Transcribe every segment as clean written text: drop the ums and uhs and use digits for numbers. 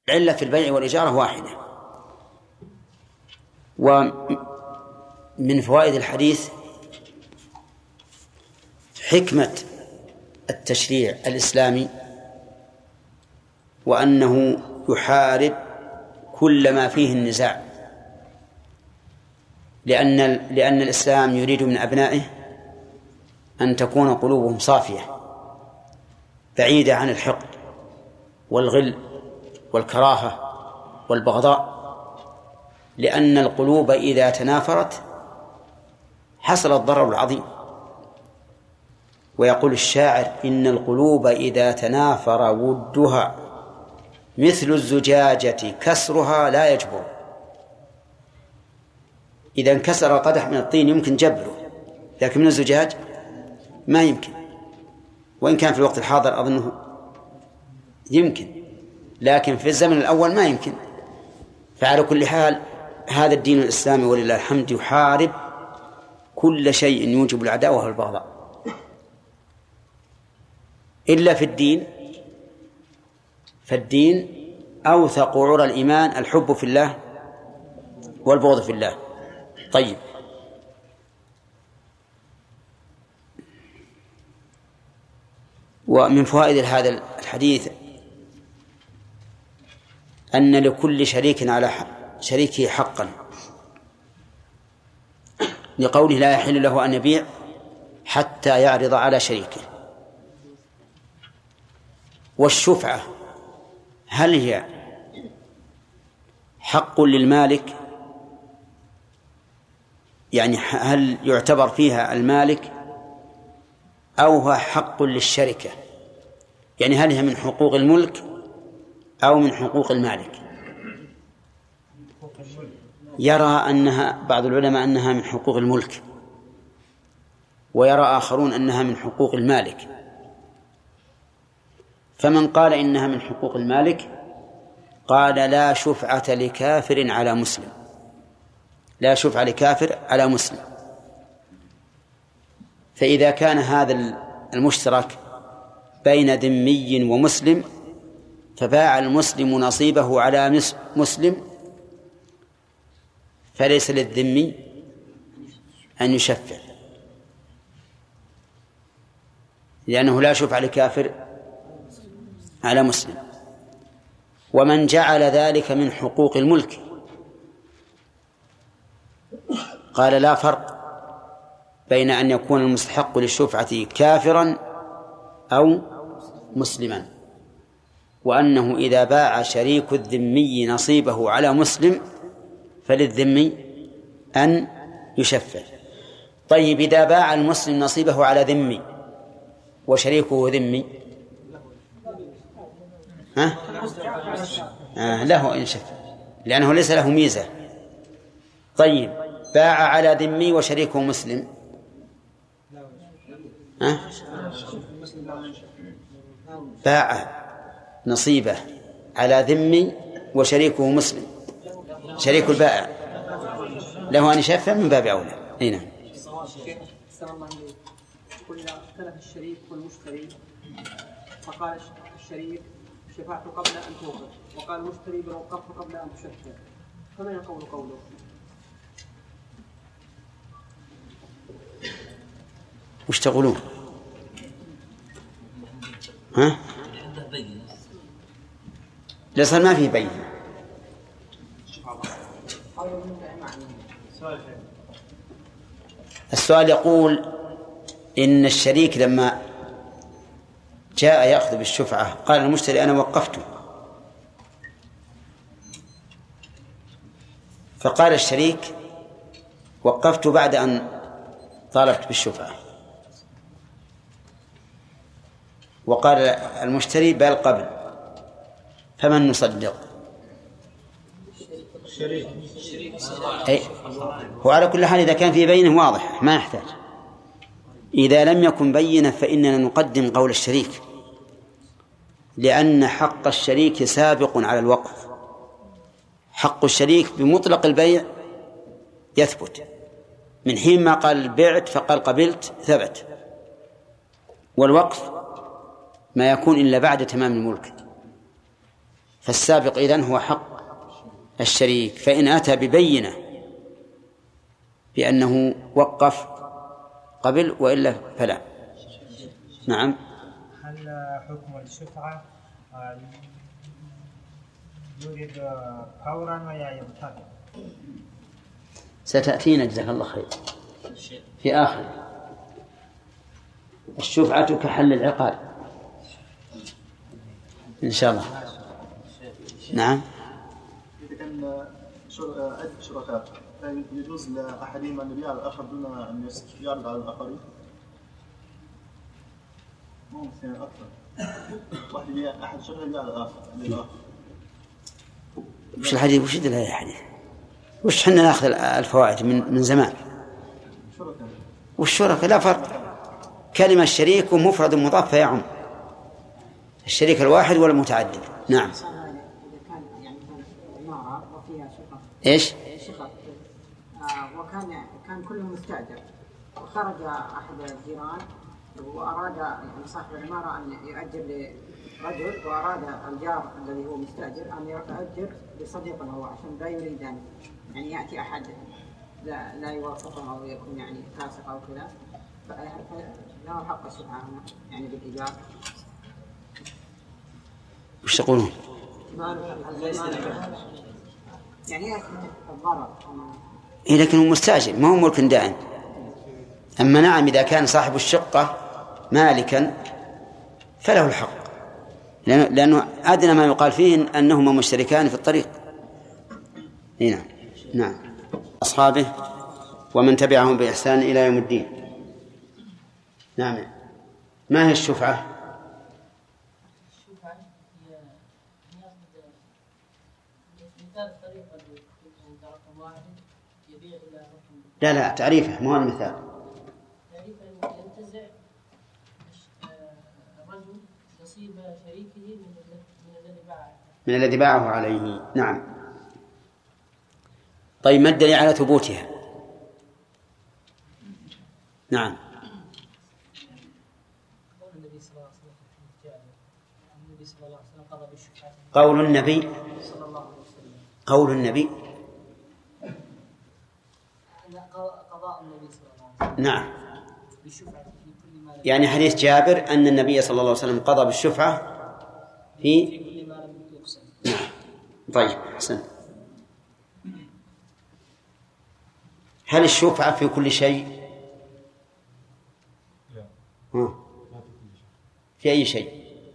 العلة في البيع والإجارة واحدة. ومن فوائد الحديث حكمة التشريع الإسلامي، وأنه يحارب كل ما فيه النزاع، لأن الإسلام يريد من أبنائه أن تكون قلوبهم صافية بعيدة عن الحقد والغل والكراهة والبغضاء، لأن القلوب إذا تنافرت حصل الضرر العظيم. ويقول الشاعر: إن القلوب إذا تنافر ودها مثل الزجاجة كسرها لا يجبر. إذا انكسر القدح من الطين يمكن جبره، لكن من الزجاج ما يمكن، وإن كان في الوقت الحاضر أظنه يمكن، لكن في الزمن الأول ما يمكن. فعلى كل حال هذا الدين الإسلامي ولله الحمد يحارب كل شيء يوجب العداوة والبغضاء، إلا في الدين. فالدين أوثق عرى الإيمان الحب في الله والبغض في الله. طيب، ومن فوائد هذا الحديث أن لكل شريك على شريكه حقا، لقوله: لا يحل له أن يبيع حتى يعرض على شريكه. والشفعة هل هي حق للمالك؟ يعني هل يعتبر فيها المالك أو هو حق للشركة؟ يعني هل هي من حقوق الملك أو من حقوق المالك؟ يرى أنها بعض العلماء أنها من حقوق الملك، ويرى آخرون أنها من حقوق المالك. فمن قال إنها من حقوق المالك قال: لا شفعة لكافر على مسلم، لا شفعة لكافر على مسلم. فإذا كان هذا المشترك بين ذمي ومسلم فباع المسلم نصيبه على مسلم، فليس للذمي أن يشفع، لأنه لا شفعة لكافر على مسلم. ومن جعل ذلك من حقوق الملك قال: لا فرق بين أن يكون المستحق للشفعة كافرا أو مسلما، وأنه إذا باع شريك الذمي نصيبه على مسلم فللذمي أن يشفع. طيب، إذا باع المسلم نصيبه على ذمي وشريكه ذمي له إن شفع، لأنه ليس له ميزة. طيب، باع على ذمي وشريكه مسلم باع نصيبه على ذمي وشريكه مسلم، شريك البائع له أن يشفع من باب أولى. هنا قلنا اختلف الشريك والمشتري، فقال الشريك: شفعت قبل أن توقف، وقال المشتري: بل وقفت قبل أن تشفع، فما يقول قوله؟ وش تقولون؟ لصار ما فيه بين. السؤال يقول إن الشريك لما جاء يأخذ بالشفعة قال المشتري: أنا وقفته، فقال الشريك: وقفت بعد أن طالبت بالشفعة، وقال المشتري: بل قبل، فمن نصدق؟ وعلى كل حال إذا كان في بينه واضح ما يحتاج. إذا لم يكن بينه فإننا نقدم قول الشريك، لأن حق الشريك سابق على الوقف. حق الشريك بمطلق البيع يثبت من حين ما قال بعت فقال قبلت ثبت، والوقف ما يكون إلا بعد تمام الملك. فالسابق إذن هو حق الشريك، فإن أتى ببينة بأنه وقف قبل وإلا فلا. نعم. هل حكم الشفعة يريد فورا ويا ينتظر؟ ستأتينا جزاك الله خير في آخر. الشفعة كحل العقال إن شاء الله. نعم. إذا كان عدة شركاء يجوز لأحدهما أن يبيع على الآخر دون أن يعرض على الآخرين؟ ممكن أكثر واحد يبيع، أحد شركاء يبيع على الآخر. وش الحديث؟ وش يدل على الحديث؟ وش حنا ناخذ الفوائد من زمان؟ والشركاء لا فرق. كلمة الشريك ومفرد مضاف فيعم الشريك الواحد ولا المتعدد. نعم. ايش؟ وكان كلهم مستأجر، وخرج أحد الجيران وأراد يعني صاحب العمارة أن يؤجر لرجل، وأراد الجار الذي هو مستأجر أن يؤجر لصديق له عشان لا يريد أن يعني يأتي أحد لا يوافقه أو يكون يعني فاسق أو كذا، فله حق الشفعة يعني بالإيجار. وش تقولون؟ يعني الضرر. إيه لكن هو مستأجر ما هو ملك دائم. أما نعم إذا كان صاحب الشقة مالكا فله الحق، لأنه أدنى ما يقال فيه أنهما مشتركان في الطريق. هنا نعم. أصحابه ومن تبعهم بإحسان إلى يوم الدين. نعم. ما هي الشفعة؟ لا تعريفه مو المثال. تعريفه ينتزع الرجل نصيب شريكه من الذي باعه عليه. نعم. طيب ما الدليل على ثبوتها؟ نعم. قول النبي قول النبي قضاء النبي صلى الله عليه وسلم. نعم. يعني حديث جابر أن النبي صلى الله عليه وسلم قضى بالشفعة في كل ما لم يقسم. نعم. طيب حسن. هل الشفعة في كل شيء؟ لا. في أي شيء؟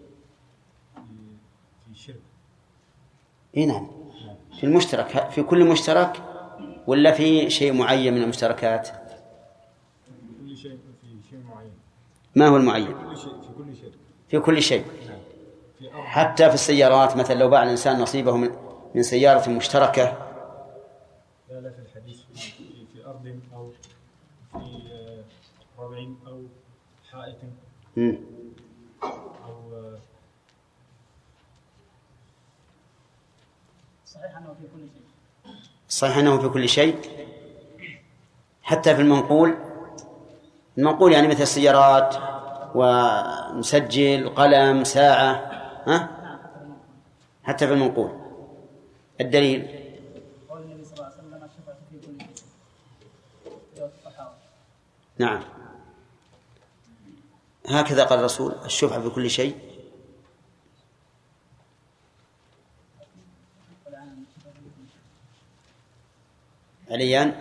في الشرك. إيه نعم. في المشترك، في كل مشترك ولا في شيء معين من المشتركات؟ كل شيء في شيء معين. ما هو المعين؟ في كل شيء. حتى في السيارات مثلا لو باع الإنسان نصيبه من سيارة مشتركة. لا في الحديث في أرض أو في ربع أو حائط أو صحيح أنه في كل شيء. صحيح أنه في كل شيء حتى في المنقول يعني مثل السيارات ومسجل قلم ساعة حتى في المنقول. الدليل قول النبي صلى الله عليه وسلم الشفعة في كل شيء. نعم هكذا قال الرسول الشفعة في كل شيء. عليان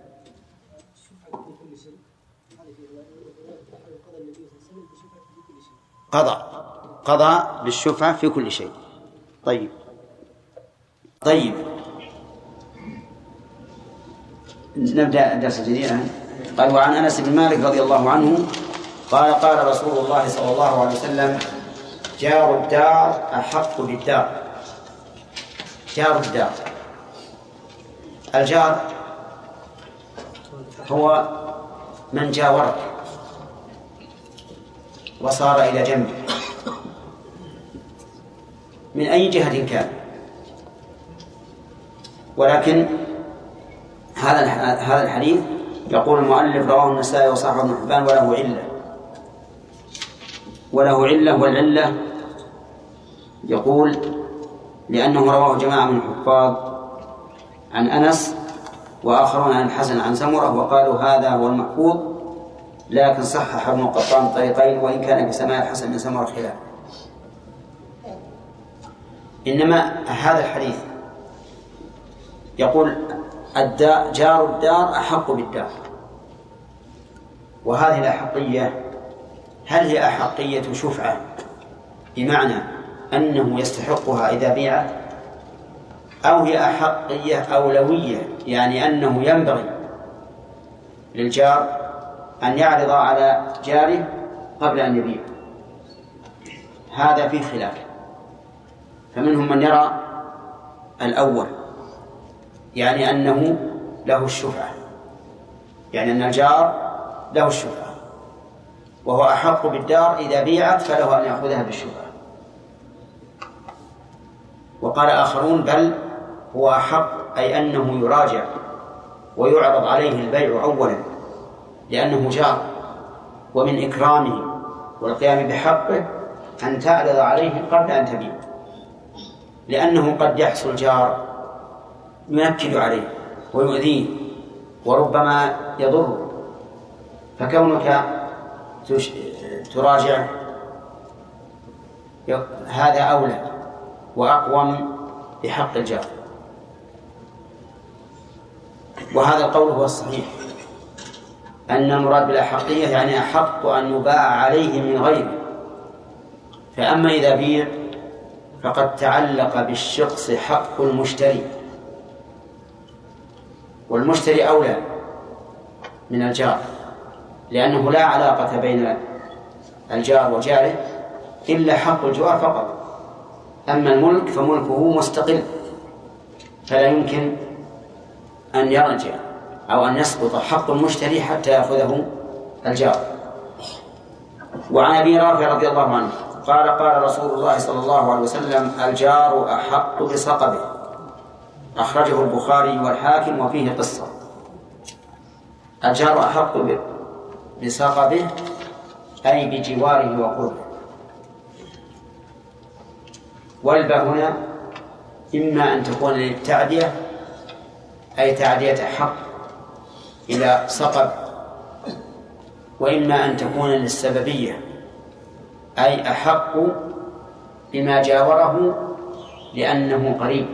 قضى بالشفعة في كل شيء. طيب نبدأ الدرس الجديد. قال وعن أنس بن مالك رضي الله عنه قال قال رسول الله صلى الله عليه وسلم جار الدار أحق بالدار. جار الدار، الجار هو من جاورك وصار إلى جنبك من أي جهة كان. ولكن هذا الحديث يقول المؤلف رواه النسائي وصححه ابن حبان وله علة والعلة يقول لأنه رواه جماعة من الحفاظ عن أنس وآخرون عن الحسن عن سمرة وقالوا هذا هو المحفوظ، لكن صحح ابن قطان طريقين وإن كان في سماع الحسن من سمرة خلاف. إنما هذا الحديث يقول جار الدار أحق بالدار، وهذه الأحقية هل هي أحقية شفعة بمعنى أنه يستحقها إذا بيعت، أو هي أحقية أولوية يعني أنه ينبغي للجار أن يعرض على جاره قبل أن يبيع؟ هذا فيه خلاف، فمنهم من يرى الأول يعني أنه له الشفعة، يعني أن الجار له الشفعة وهو أحق بالدار إذا بيعت فله أن يأخذها بالشفعة. وقال آخرون بل هو أحق أي أنه يراجع ويعرض عليه البيع أولا لأنه جار، ومن إكرامه والقيام بحقه أن تعرض عليه قبل أن تبيع، لأنه قد يحصل جار ينكد عليه ويؤذيه وربما يضره، فكونك تراجع هذا أولى وأقوم بحق الجار. وهذا القول هو الصحيح، أن المراد بالأحقية يعني أحق أن يباع عليه من غيره. فأما إذا بيع فقد تعلق بالشخص حق المشتري، والمشتري أولى من الجار، لأنه لا علاقة بين الجار وجاره إلا حق الجوار فقط. أما الملك فملكه مستقل، فلا يمكن أن يرجع أو أن يسقط حق المشتري حتى يأخذه الجار. وعن أبي رافع رضي الله عنه قال قال رسول الله صلى الله عليه وسلم الجار أحق بصقبه، أخرجه البخاري والحاكم وفيه قصة. الجار أحق بصقبه أي بجواره وقربه. والباء هنا إما أن تكون للتعدية أي تعدية حق إلى صقب، وإما أن تكون للسببية أي أحق بما جاوره لأنه قريب.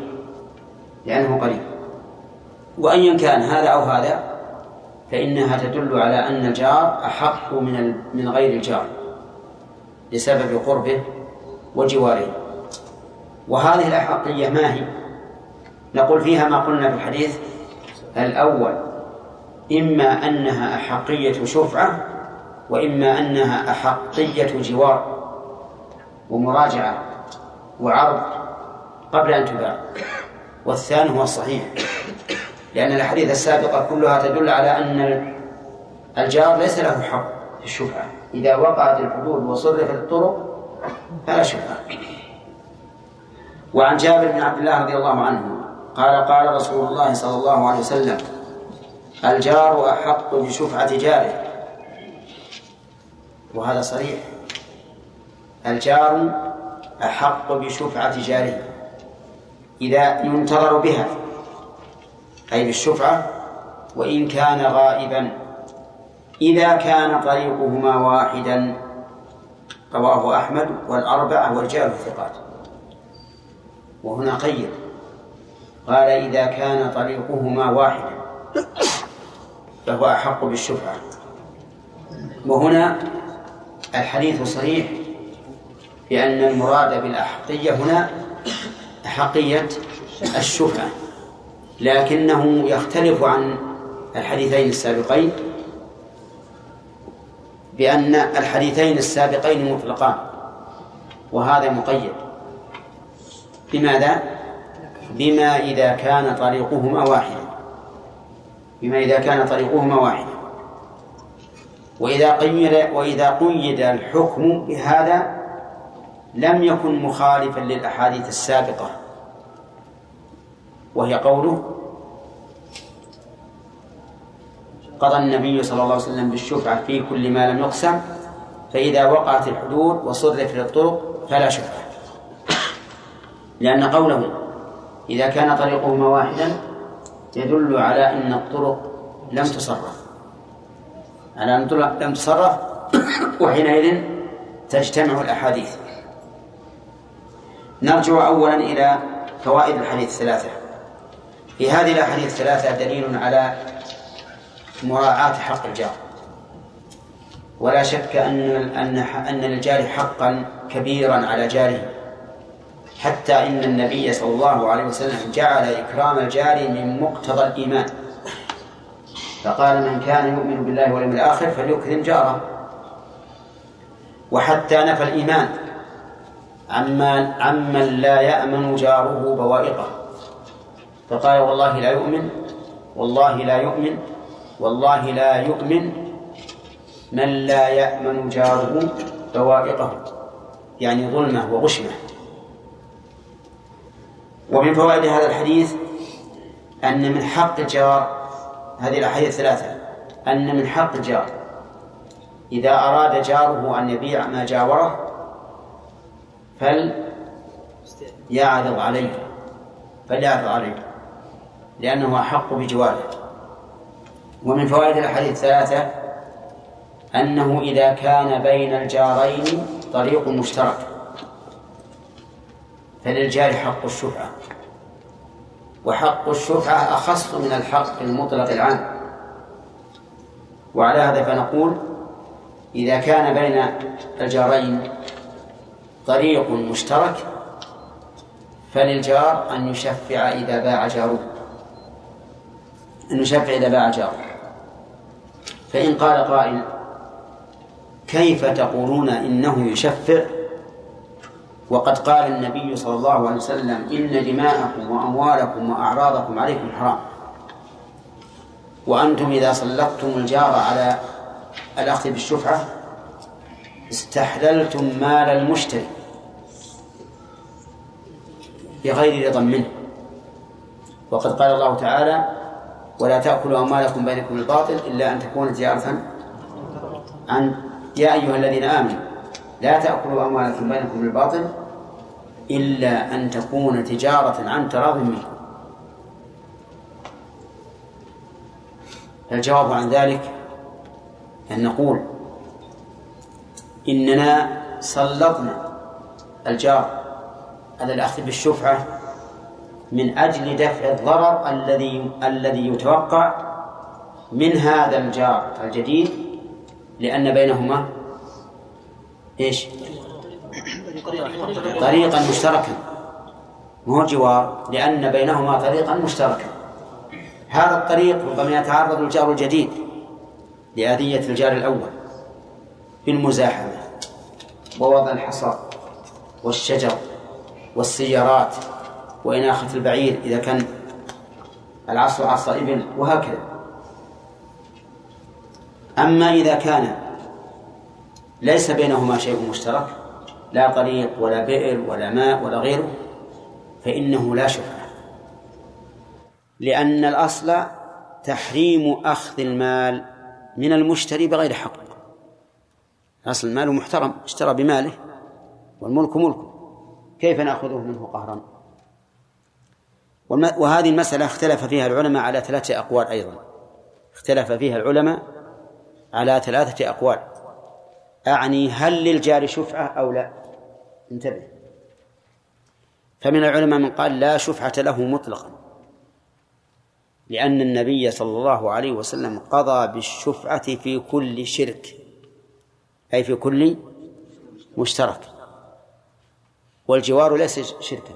وأن كان هذا أو هذا فإنها تدل على أن الجار أحق من غير الجار لسبب قربه وجواره. وهذه الأحقية ما هي؟ نقول فيها ما قلنا في الحديث الأول، إما أنها أحقية شفعة وإما أنها أحقية جوار ومراجعة وعرض قبل أن تباع. والثاني هو الصحيح، لأن الحديث السابقة كلها تدل على أن الجار ليس له حق في الشفعة، إذا وقعت الحدود وصرفت الطرق فلا شفعة. وعن جابر بن عبد الله رضي الله عنه قال قال رسول الله صلى الله عليه وسلم الجار أحق بشفعة جاره. وهذا صريح، الجار أحق بشفعة جاره إذا ينتظر بها أي بالشفعة وإن كان غائبا، إذا كان طريقهما واحدا. رواه أحمد والأربعة والرجال الثقات. وهنا قيد قال إذا كان طريقهما واحدا فهو أحق بالشفعة. وهنا الحديث صريح بأن المراد بالأحقية هنا أحقية الشفعة، لكنه يختلف عن الحديثين السابقين بأن الحديثين السابقين مطلقان وهذا مقيد. بماذا؟ بما إذا كان طريقهما واحدا. وإذا قيد الحكم بهذا لم يكن مخالفا للأحاديث السابقة، وهي قوله قضى النبي صلى الله عليه وسلم بالشفعة في كل ما لم يقسم، فإذا وقعت الحدود وصرفت الطرق فلا شفعة. لأن قوله إذا كان طريقهما واحدا يدل على أن الطرق لم تصرف وحينئذ تجتمع الأحاديث. نرجع أولا إلى فوائد الحديث الثلاثة. في هذه الأحاديث الثلاثة دليل على مراعاة حق الجار، ولا شك أن للجار حقا كبيرا على جاره، حتى إن النبي صلى الله عليه وسلم جعل إكرام الجار من مقتضى الإيمان، فقال من كان يؤمن بالله واليوم الآخر فليكرم جاره. وحتى نفى الإيمان عمن لا يأمن جاره بوائقه، فقال والله لا يؤمن والله لا يؤمن والله لا يؤمن من لا يأمن جاره بوائقه، يعني ظلمه وغشمه. ومن فوائد هذا الحديث أن من حق الجار، هذه الأحاديث الثلاثة، أن من حق الجار إذا أراد جاره أن يبيع ما جاوره فليعرض عليه لأنه أحق بجواره. ومن فوائد الأحاديث الثلاثة أنه إذا كان بين الجارين طريق مشترك فللجار حق الشفعة، وحق الشفعة أخص من الحق المطلق العام. وعلى هذا فنقول إذا كان بين الجارين طريق مشترك فللجار أن يشفع إذا باع جاره، فإن قال قائل كيف تقولون إنه يشفع وقد قال النبي صلى الله عليه وسلم إن دماءكم وأموالكم وأعراضكم عليكم حرام، وأنتم إذا سلطتم الجار على الأخذ بالشفعة استحللتم مال المشتري بغير رضا منه، وقد قال الله تعالى ولا تأكلوا أموالكم بينكم بالباطل إلا أن تكون تجارة عن يا أيها الذين آمنوا لا تأكلوا أموالكم بينكم بالباطل إلا أن تكون تجارة عن تراض منكم. الجواب عن ذلك أن نقول إننا سلطنا الجار على الأخذ بالشفعة من أجل دفع الضرر الذي يتوقع من هذا الجار الجديد، لأن بينهما طريقا مشتركا، مو جوار، لأن بينهما طريقا مشتركا. هذا الطريق ربما يتعرض الجار الجديد لأذية الجار الأول بالمزاحمة ووضع الحصى والشجر والسيارات وإناخة البعير إذا كان العصر عصا إبل وهكذا. أما إذا كان ليس بينهما شيء مشترك، لا طريق ولا بئر ولا ماء ولا غيره، فإنه لا شفعة، لأن الأصل تحريم أخذ المال من المشتري بغير حق. أصل المال محترم، اشترى بماله والملك ملكه، كيف نأخذه منه قهرا؟ وهذه المسألة اختلف فيها العلماء على 3 أقوال أيضا، اختلف فيها العلماء على 3 أقوال، أعني هل للجار شفعة أو لا؟ انتبه. فمن العلماء من قال لا شفعة له مطلقا، لأن النبي صلى الله عليه وسلم قضى بالشفعة في كل شرك، أي في كل مشترك، والجوار ليس شركا.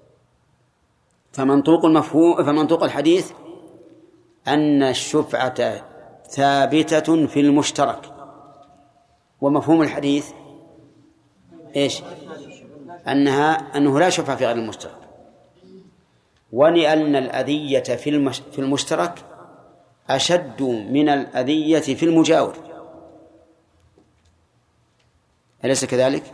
فمنطوق الحديث أن الشفعة ثابتة في المشترك، ومفهوم الحديث إيش؟ أنه لا شفعة في غير المشترك، ولأن الأذية في المشترك أشد من الأذية في المجاور، أليس كذلك؟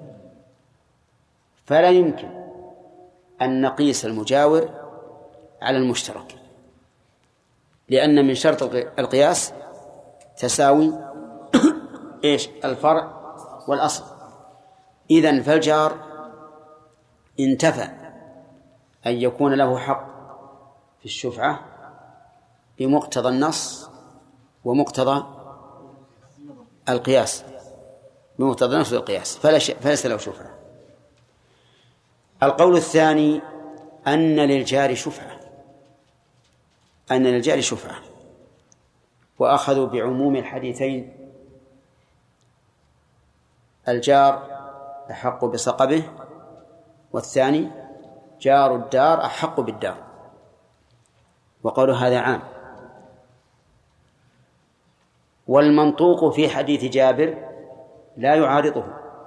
فلا يمكن أن نقيس المجاور على المشترك، لأن من شرط القياس تساوي إيش؟ الفرع والأصل. إذن فالجار انتفى أن يكون له حق في الشفعة بمقتضى النص ومقتضى القياس، بمقتضى النص والقياس، فليس له شفعة. القول الثاني أن للجار شفعة، أن للجار شفعة، وأخذوا بعموم الحديثين: الجار أحق بصقبه، والثاني جار الدار أحق بالدار، وقالوا هذا عام. والمنطوق في حديث جابر لا يعارضه،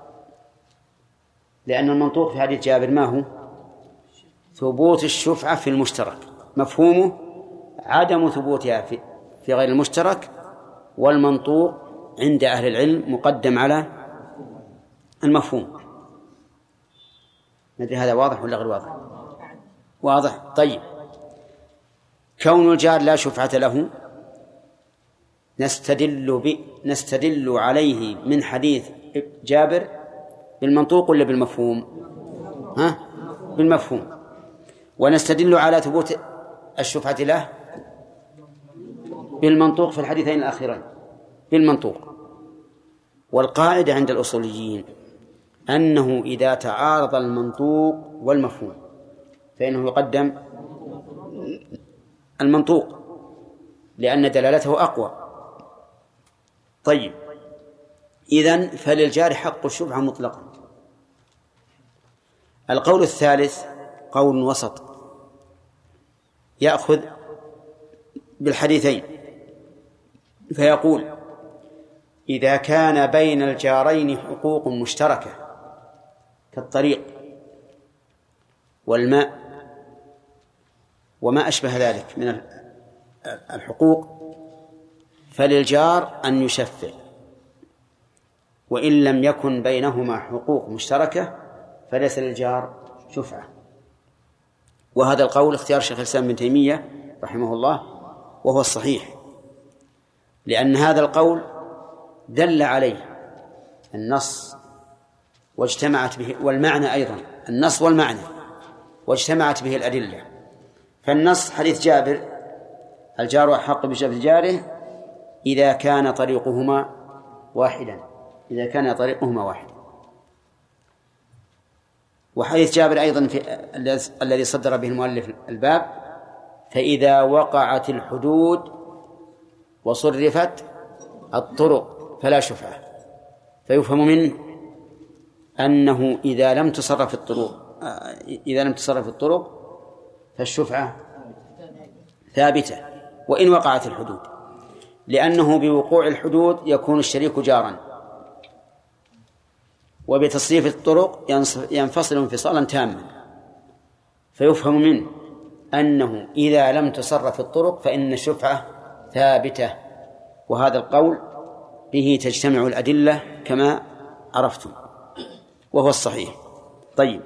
لأن المنطوق في حديث جابر ما هو؟ ثبوت الشفعة في المشترك، مفهومه عدم ثبوتها في غير المشترك، والمنطوق عند أهل العلم مقدم على المفهوم. ندري هذا واضح ولا غير واضح؟ واضح. طيب، كون الجار لا شفعة له نستدل عليه من حديث جابر بالمنطوق ولا بالمفهوم؟ بالمفهوم. ونستدل على ثبوت الشفعة له بالمنطوق في الحديثين الأخيرين، بالمنطوق. والقاعدة عند الأصوليين أنه إذا تعارض المنطوق والمفهوم فإنه يقدم المنطوق لأن دلالته أقوى. طيب، إذن فللجار حق الشفعة مطلقا. القول الثالث قول وسط، يأخذ بالحديثين فيقول: إذا كان بين الجارين حقوق مشتركة كالطريق والماء وما أشبه ذلك من الحقوق، فللجار أن يشفع، وإن لم يكن بينهما حقوق مشتركة فليس للجار شفعة. وهذا القول اختيار شيخ الإسلام ابن تيمية رحمه الله، وهو الصحيح، لأن هذا القول دل عليه النص واجتمعت به، والمعنى أيضا النص والمعنى واجتمعت به الأدلة. فالنص حديث جابر: الجار أحق بشفع جاره إذا كان طريقهما واحدا، إذا كان طريقهما واحدا. وحديث جابر أيضا الذي صدر به المؤلف الباب: فإذا وقعت الحدود وصرفت الطرق فلا شفعة. فيفهم منه أنه إذا لم تصرف الطرق فالشفعة ثابتة وإن وقعت الحدود، لأنه بوقوع الحدود يكون الشريك جارا، وبتصريف الطرق ينفصل انفصالا تاما. فيفهم منه أنه إذا لم تصرف الطرق فإن الشفعة ثابتة، وهذا القول به تجتمع الأدلة كما عرفتم، وهو الصحيح. طيب،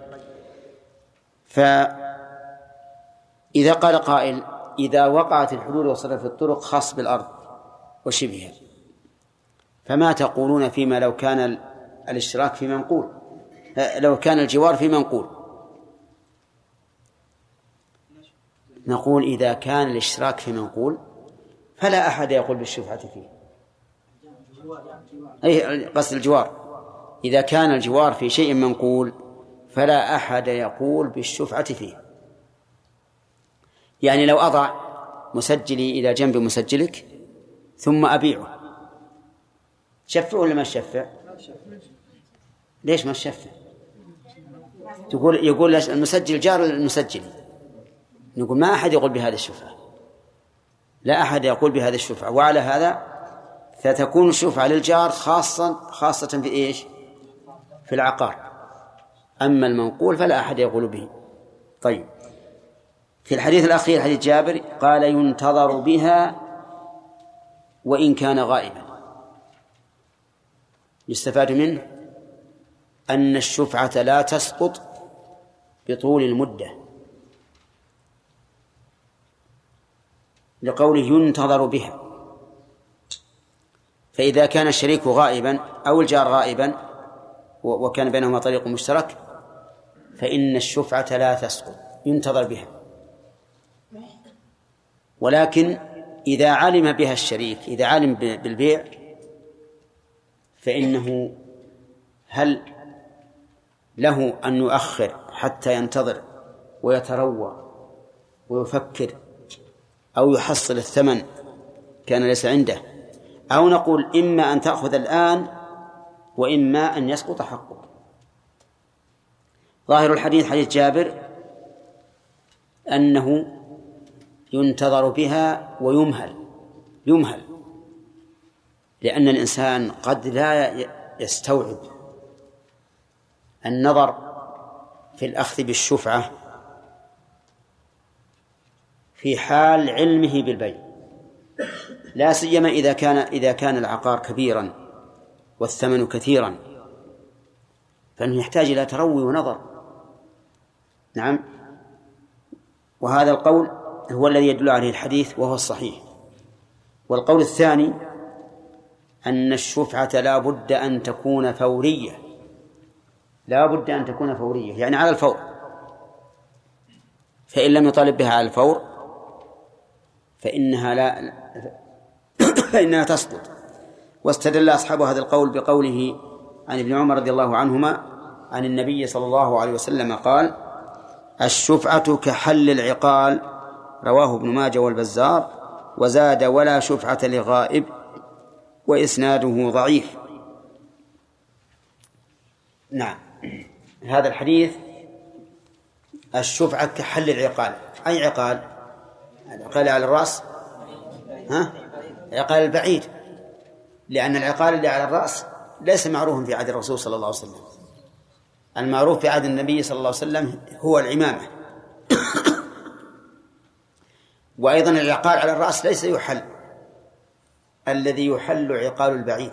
فإذا قال قائل: إذا وقعت الحدود وصرفت الطرق خاص بالأرض وشبهها، فما تقولون فيما لو كان الاشتراك في منقول، لو كان الجوار في منقول؟ نقول: إذا كان الاشتراك في منقول فلا أحد يقول بالشفعة فيه. أي قصد الجوار، إذا كان الجوار في شيء منقول فلا أحد يقول بالشفعة فيه. يعني لو أضع مسجلي إلى جنب مسجلك ثم أبيعه، شفع ولا ما شفع؟ ليش ما شفع؟ يقول المسجل جار المسجل، نقول ما أحد يقول بهذا الشفعة، لا أحد يقول بهذا الشفعة. وعلى هذا فتكون الشفعة للجار خاصة في إيش؟ في العقار. أما المنقول فلا أحد يقول به. طيب، في الحديث الأخير حديث جابر قال: ينتظر بها وإن كان غائبا. يستفاد منه أن الشفعة لا تسقط بطول المدة، لقوله ينتظر بها. فإذا كان الشريك غائبا أو الجار غائبا وكان بينهما طريق مشترك فإن الشفعة لا تسقط ينتظر بها. ولكن إذا علم بها الشريك، إذا علم بالبيع، فإنه هل له أن يؤخر حتى ينتظر ويتروى ويفكر أو يحصل الثمن كان ليس عنده، أو نقول إما أن تأخذ الآن وإما أن يسقط حقه؟ ظاهر الحديث حديث جابر أنه ينتظر بها ويمهل، لأن الإنسان قد لا يستوعب النظر في الأخذ بالشفعة في حال علمه بالبيع، لا سيما إذا كان العقار كبيرا والثمن كثيرا، فإنه يحتاج إلى تروي ونظر. نعم، وهذا القول هو الذي يدل عليه الحديث وهو الصحيح. والقول الثاني أن الشفعة لا بد أن تكون فورية، يعني على الفور، فإن لم يطالب بها على الفور فإنها تسقط. واستدل أصحاب هذا القول بقوله عن ابن عمر رضي الله عنهما عن النبي صلى الله عليه وسلم قال: الشفعة كحل العقال، رواه ابن ماجه والبزار، وزاد: ولا شفعة لغائب، وإسناده ضعيف. نعم، هذا الحديث الشفعة كحل العقال. أي عقال؟ العقال على الرأس، العقال البعيد، لأن العقال اللي على الرأس ليس معروفا في عهد الرسول صلى الله عليه وسلم. المعروف في عهد النبي صلى الله عليه وسلم هو العمامة. وأيضا العقال على الرأس ليس يحل، الذي يحل عقال البعيد.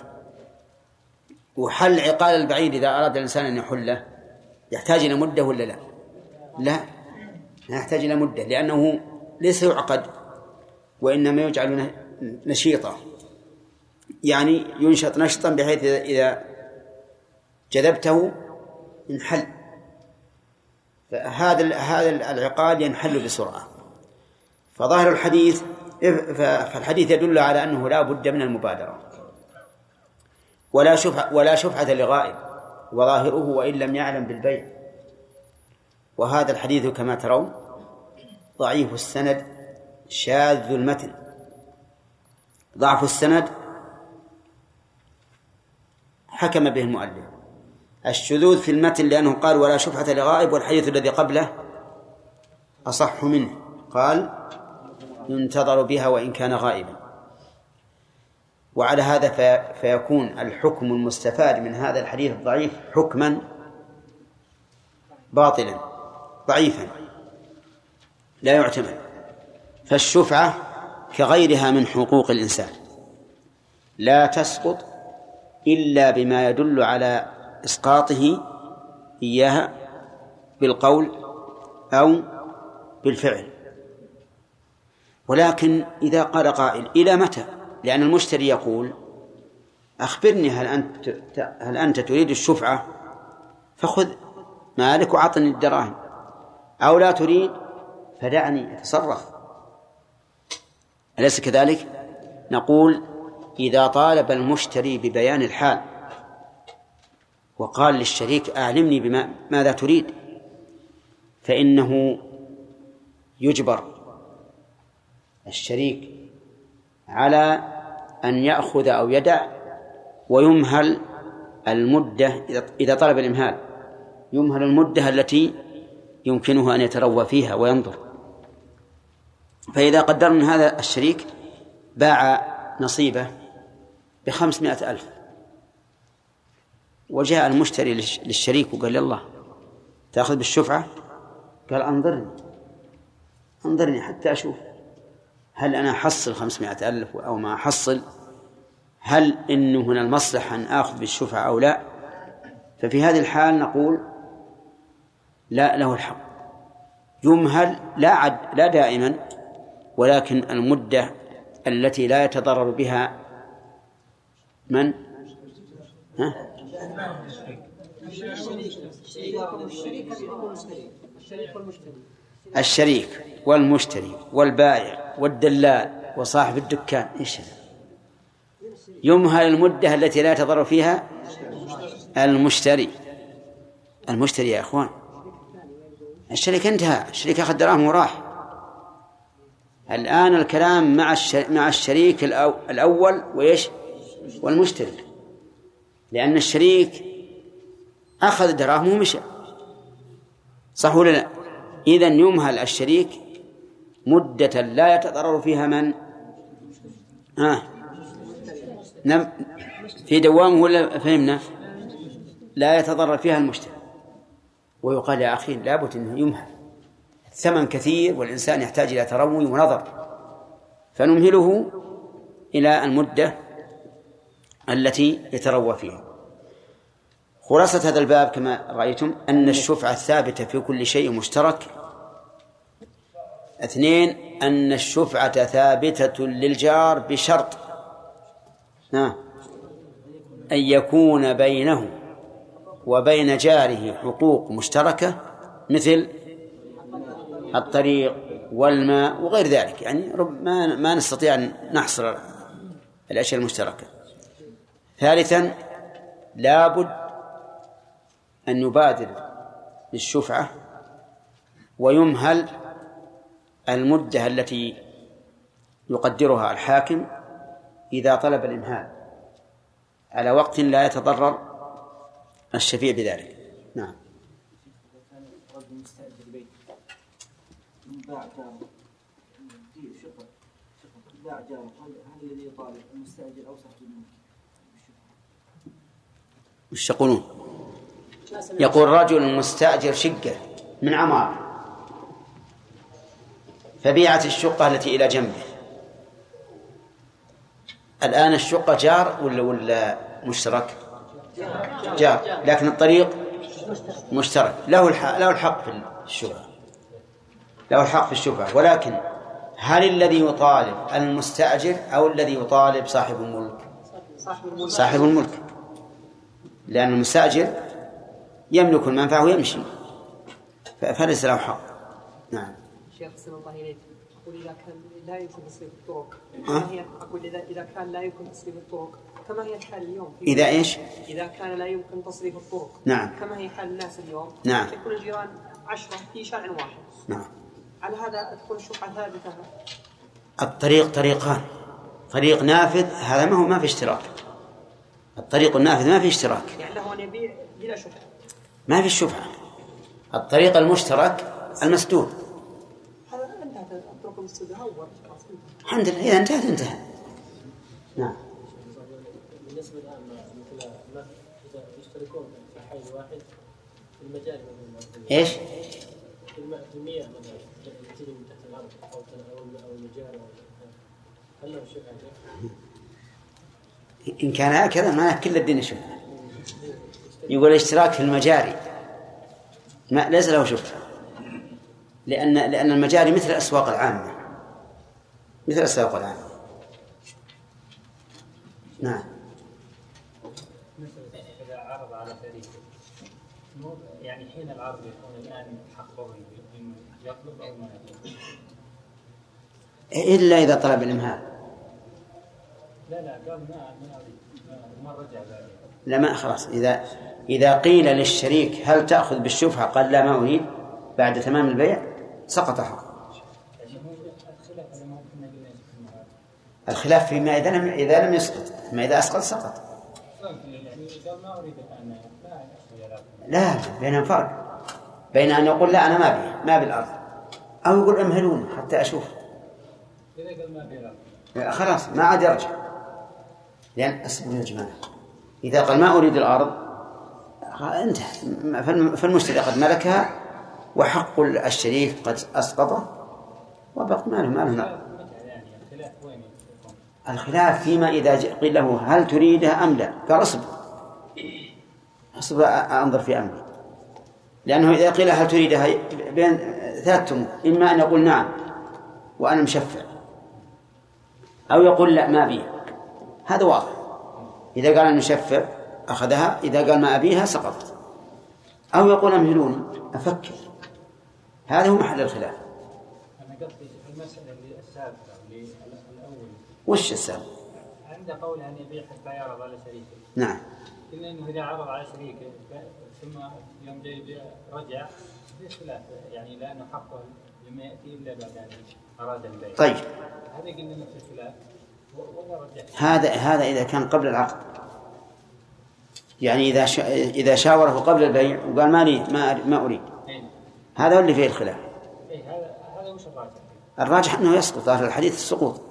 وحل عقال البعيد إذا أراد الإنسان أن يحله يحتاج إلى مدة ولا لا يحتاج إلى مدة، لأنه ليس يعقد وإنما يجعل نشيطا، يعني ينشط نشطا بحيث إذا جذبته انحل. فهذا العقال ينحل بسرعة. فظاهر الحديث فالحديث يدل على أنه لا بد من المبادرة. ولا شفعة لغائب، وظاهره وإن لم يعلم بالبيع. وهذا الحديث كما ترون ضعيف السند شاذ المتن. ضعف السند حكم به المؤلف. الشذوذ في المتن لأنه قال: ولا شفعة لغائب، والحديث الذي قبله أصح منه، قال: ينتظر بها وإن كان غائبا. وعلى هذا فيكون الحكم المستفاد من هذا الحديث الضعيف حكما باطلا ضعيفا لا يعتمد. فالشفعة كغيرها من حقوق الإنسان لا تسقط إلا بما يدل على إسقاطه إياها بالقول أو بالفعل. ولكن إذا قال قائل: إلى متى؟ لأن المشتري يقول: أخبرني هل أنت تريد الشفعة فخذ مالك وعطني الدراهم، أو لا تريد فدعني أتصرف. أليس كذلك؟ نقول: إذا طالب المشتري ببيان الحال وقال للشريك: أعلمني ماذا تريد، فإنه يجبر الشريك على أن يأخذ أو يدع، ويمهل المدة إذا طلب الإمهال، يمهل المدة التي يمكنه أن يتروى فيها وينظر. فإذا قدرنا أن هذا الشريك باع نصيبه ب500,000، وجاء المشتري للشريك وقال: يلا تأخذ بالشفعة؟ قال: أنظرني حتى أشوف هل أنا أحصل 500,000 أو ما أحصل، هل إنه هنا المصلحة أن آخذ بالشفعة أو لا. ففي هذه الحال نقول: لا، له الحق، يمهل لا دائما، ولكن المدة التي لا يتضرر بها من؟ الشريك والمشتري. الشريك والمشتري والبائع والدلال وصاحب الدكان إيش هذا؟ يمهل المدة التي لا يتضرر فيها المشتري يا أخوان. الشريك انتهى، الشريك أخذ دراهم وراح. الآن الكلام مع الشريك الأول وإيش والمشتري، لأن الشريك أخذ دراهمه ومشى، صح ولا لا؟ إذن يمهل الشريك مدة لا يتضرر فيها من في دوامه، ولا فهمنا؟ لا يتضرر فيها المشتري. ويقال يا أخي لابد أنه يمهل، الثمن كثير والإنسان يحتاج إلى تروي ونظر، فنمهله إلى المدة التي يتروى فيها. خلاصة هذا الباب كما رأيتم أن الشفعة ثابتة في كل شيء مشترك. 2 أن الشفعة ثابتة للجار بشرط أن يكون بينه وبين جاره حقوق مشتركة مثل الطريق والماء وغير ذلك، يعني ما نستطيع أن نحصر الأشياء المشتركة. 3 لابد أن يبادر بالشفعة ويمهل المدة التي يقدرها الحاكم إذا طلب الإمهال على وقت لا يتضرر الشفيع بذلك. نعم. رجل مستأجر بيت باع جاره باع جاره، هل الذي يطالب المستأجر أو صاحب الملك؟ وش يقولون؟ يقول رجل مستأجر شقة من عمار فبيعت الشقة التي إلى جنبه. الآن الشقة جار ولا مشترك؟ جار، لكن الطريق مشترك، له الحق في الشفعة، له الحق في الشفعة. ولكن هل الذي يطالب المستأجر أو الذي يطالب صاحب الملك؟ صاحب الملك، لأن المستأجر يملك المنفعة ويمشي فليس له حق. نعم. شيخ سلام الله إليك، أقول إذا كان لا يمكن تصريف الطرق أقول إذا كان لا يمكن تصريف الطرق كما هي الحال اليوم. إذا إيش؟ إذا كان لا يمكن تصريف الطرق. نعم. كما هي حال الناس اليوم. نعم. يكون الجيران 10 في شارع واحد. نعم. على هذا تكون الشفعة ثابتة. الطريق طريقان، طريق نافذ هذا ما في اشتراك. الطريق النافذ ما في اشتراك، يعني له أن يبيع بلا شفعة، ما في الشفعة. الطريق المشترك المسدود، هذا انتهت الطرق المسدودة أول الحمد لله. إذا انتهت. نعم. بالنسبة الآن مثل ما إذا يشتركون في حي واحد في المجال إيش؟ في المياه مثلا تجري من تحت الأرض أو المجال هل له شفعة؟ إن كان هكذا ما كل الدين شفعة. يقول الاشتراك في المجاري ما ليس له شفعة، لأن المجاري مثل الأسواق العامة، مثل الأسواق العامة. نعم. إذا عرض على فريق يعني حين العرض يكون الآن حقه يطلب أو ما يطلب، إلا إذا طلب الإمهال. لا قال ما رجع ذلك. لا ما خلاص. إذا قيل للشريك هل تأخذ بالشفعة قال لا ما أريد بعد تمام البيع سقط حقه. الخلاف فيما إذا لم يسقط، ما إذا أسقط سقط. لا بينهم فرق، بين أن يقول لا أنا ما بالأرض أو يقول أمهلون حتى أشوف. خلاص ما عاد يرجع، لأن أسبوع يا جماعة إذا قال ما أريد الأرض انتهى، فالمشتري قد ملكها وحق الشريك قد أسقطه وبقى ماله. الخلاف فيما إذا قيل له هل تريدها أم لا قال أصبر أنظر في أمري، لأنه إذا قيل هل تريدها بين 3 أمور، إما أن يقول نعم وأنا مشفع، أو يقول لا ما أبيها، هذا واضح. إذا قال أنا مشفع أخذها، إذا قال ما أبيها سقطت، أو يقول أمهلوني أفكر هذا هو محل الخلاف. أنا قصدي في المسألة السابقة الأول. وش السابق؟ عند قول أن يبيع حتى يعرض على شريكه. نعم. إلا أنه إذا عرض على شريكه ثم يوم جاي رجع في خلاف، يعني لأنه حقه لما يأتي إلا بعد أن أراد البيع. طيب. هذا قلنا نفس الخلاف. هذا إذا كان قبل العقد، يعني إذا شاوره قبل البيع وقال ما أريد، هذا هو اللي فيه الخلاف. هذا وش الراجح؟ الراجح أنه يسقط، ظاهر الحديث السقوط.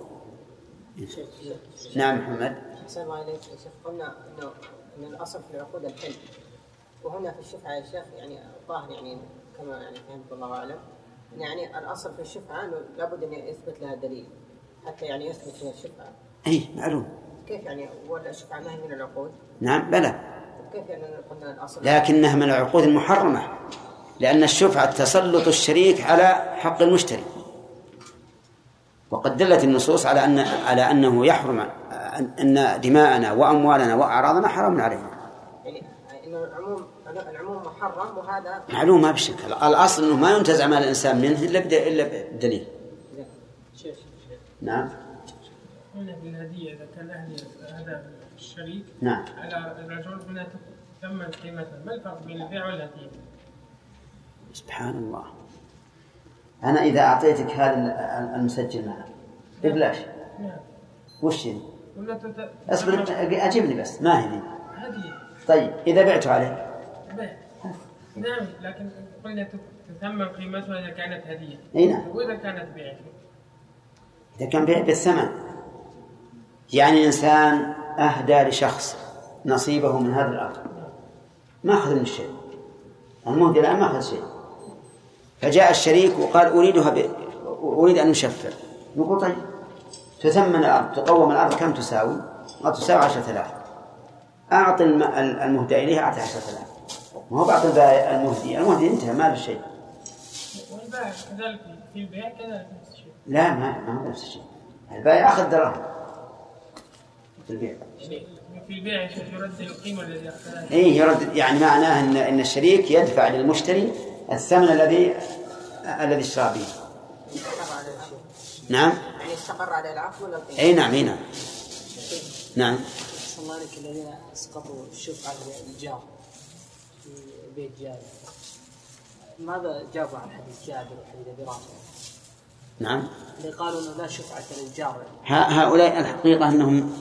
نعم محمد. أحسن الله إليك يا شيخ. قلنا أن الأصل في العقود الحل، وهنا في الشفعة يا شيخ يعني الظاهر يعني كما يعني فهمت الله أعلم، يعني الأصل في الشفعة أنه لابد أن يثبت لها دليل حتى يعني يثبت فيها الشفعة. أي معلوم. كيف يعني ولا الشفعة ما هي من العقود؟ نعم بلى. كيف يعني قلنا الأصل؟ لكنها من العقود المحرمة، لأن الشفعة تسلط الشريك على حق المشتري، وقد دلت النصوص على أنه يحرم أن دماءنا وأموالنا وأعراضنا حرام علينا. يعني إنه العموم محرم، وهذا معلوم ما بشكل. الأصل أنه ما ينتزع مال الإنسان منه إلا بدليل. نعم. هنا بالهدية إذا كان أهل هذا الشريك نعم. على الرجل هنا تم قيمتها، ما الفرق بين البيع والهدية؟ سبحان الله. أنا إذا أعطيتك هذا المسجل معك ببلاش. نعم. وش هي؟ أصبر أجيبني بس. ما هي؟ هدية. طيب إذا بعته عليه؟ بيع. نعم، لكن قلنا تثمن قيمتها إذا كانت هدية. أي نعم. وإذا كانت بيع؟ إذا كان بيع بالثمن، يعني إنسان أهدى لشخص نصيبه من هذا الأرض، ما أخذ من الشيء، المهدي الآن ما أخذ شيء، فجاء الشريك وقال أريد أن نشفر. نقول طيب تثمن الأرض، تقوم الأرض كم تساوي؟ تساوي 10,000. أعطي المهدى إليها، أعطي 10,000. ما هو بعطي المهدي انتهى ما بالشيء. والبيع كذلك في البيع كذلك نفس الشيء. لا ما هو نفس الشيء. البائع أخذ دراهم في البيع. في البيع يرد القيمة الذي أخذها. إيه يرد، يعني معناه أن الشريك يدفع للمشتري الثمن الذي اشترى به. نعم. يعني استقر على العقد ولا القيمة؟ أي نعم. نعم. نعم. صلى الله عليك الذين اسقطوا الشفعة الجار في بيت جابر، ماذا جابوا عن حديث جابر وحديث أبي رافع؟ نعم. اللي قالوا انه لا شفعة للجار. هؤلاء الحقيقة أنهم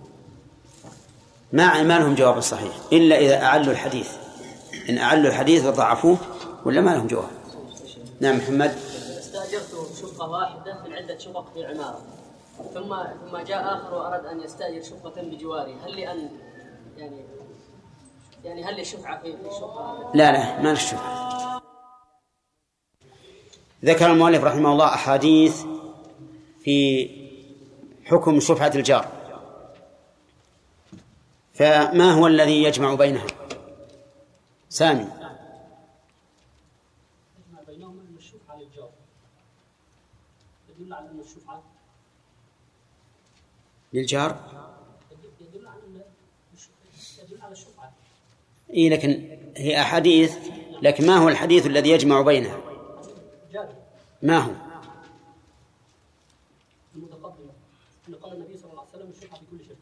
ما لهم جواب صحيح إلا إذا أعلوا الحديث. إن أعلوا الحديث وضعفوه ولا ما لهم جواب. نعم محمد. استأجرت شقة واحدة من عدة شقق في عمارة، ثم جاء آخر وأراد أن يستأجر شقة بجواري، هل لي أن يعني هل لي شفعة في الشقة؟ لا ما الشفعة. ذكر المؤلف رحمه الله أحاديث في حكم شفعة الجار، فما هو الذي يجمع بينها؟ سامي. يجمع بينهم أن الشفعة للجار، يدل على أن الشفعة للجار، يدل على الشفعة. إيه لكن هي أحاديث، لكن ما هو الحديث الذي يجمع بينها؟ ما هو؟ المتقدمة أن قال النبي صلى الله عليه وسلم الشفعة في كل شرك.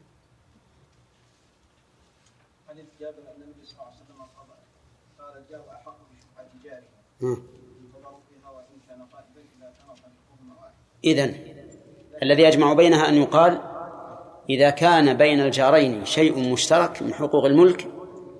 حديث جابر أن النبي صلى الله عليه وسلم قال الجار أحق بشفعة جاره فضروا فيها وإن كان قائبا إذا كان طريقهما واحد. إذن الذي يجمع بينها أن يقال إذا كان بين الجارين شيء مشترك من حقوق الملك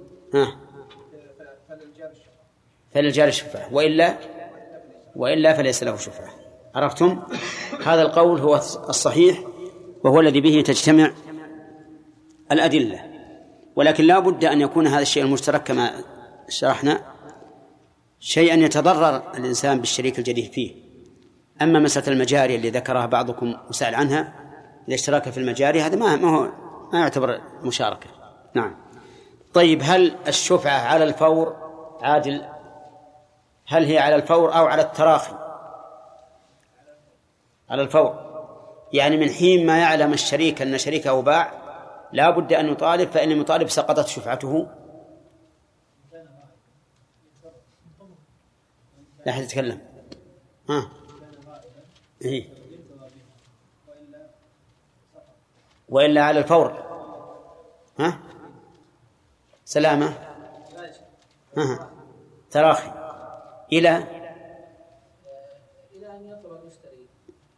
فللجار الشفعة، وإلا فليس له شفعة. عرفتم؟ هذا القول هو الصحيح وهو الذي به تجتمع الأدلة، ولكن لا بد أن يكون هذا الشيء المشترك كما شرحنا شيئا يتضرر الإنسان بالشريك الجديد فيه. أما مسألة المجاري اللي ذكرها بعضكم وسأل عنها، إذا اشترك في المجاري هذا ما يعتبر مشاركة. نعم. طيب هل الشفعة على الفور عادل؟ هل هي على الفور أو على التراخي؟ على الفور، يعني من حين ما يعلم الشريك أن شريكه باع لا بد أن يطالب، فإن المطالب سقطت شفعته. لا أحد يتكلم. إيه؟ وإلا على الفور سلامة تراخي إلى أن يطلب المشتري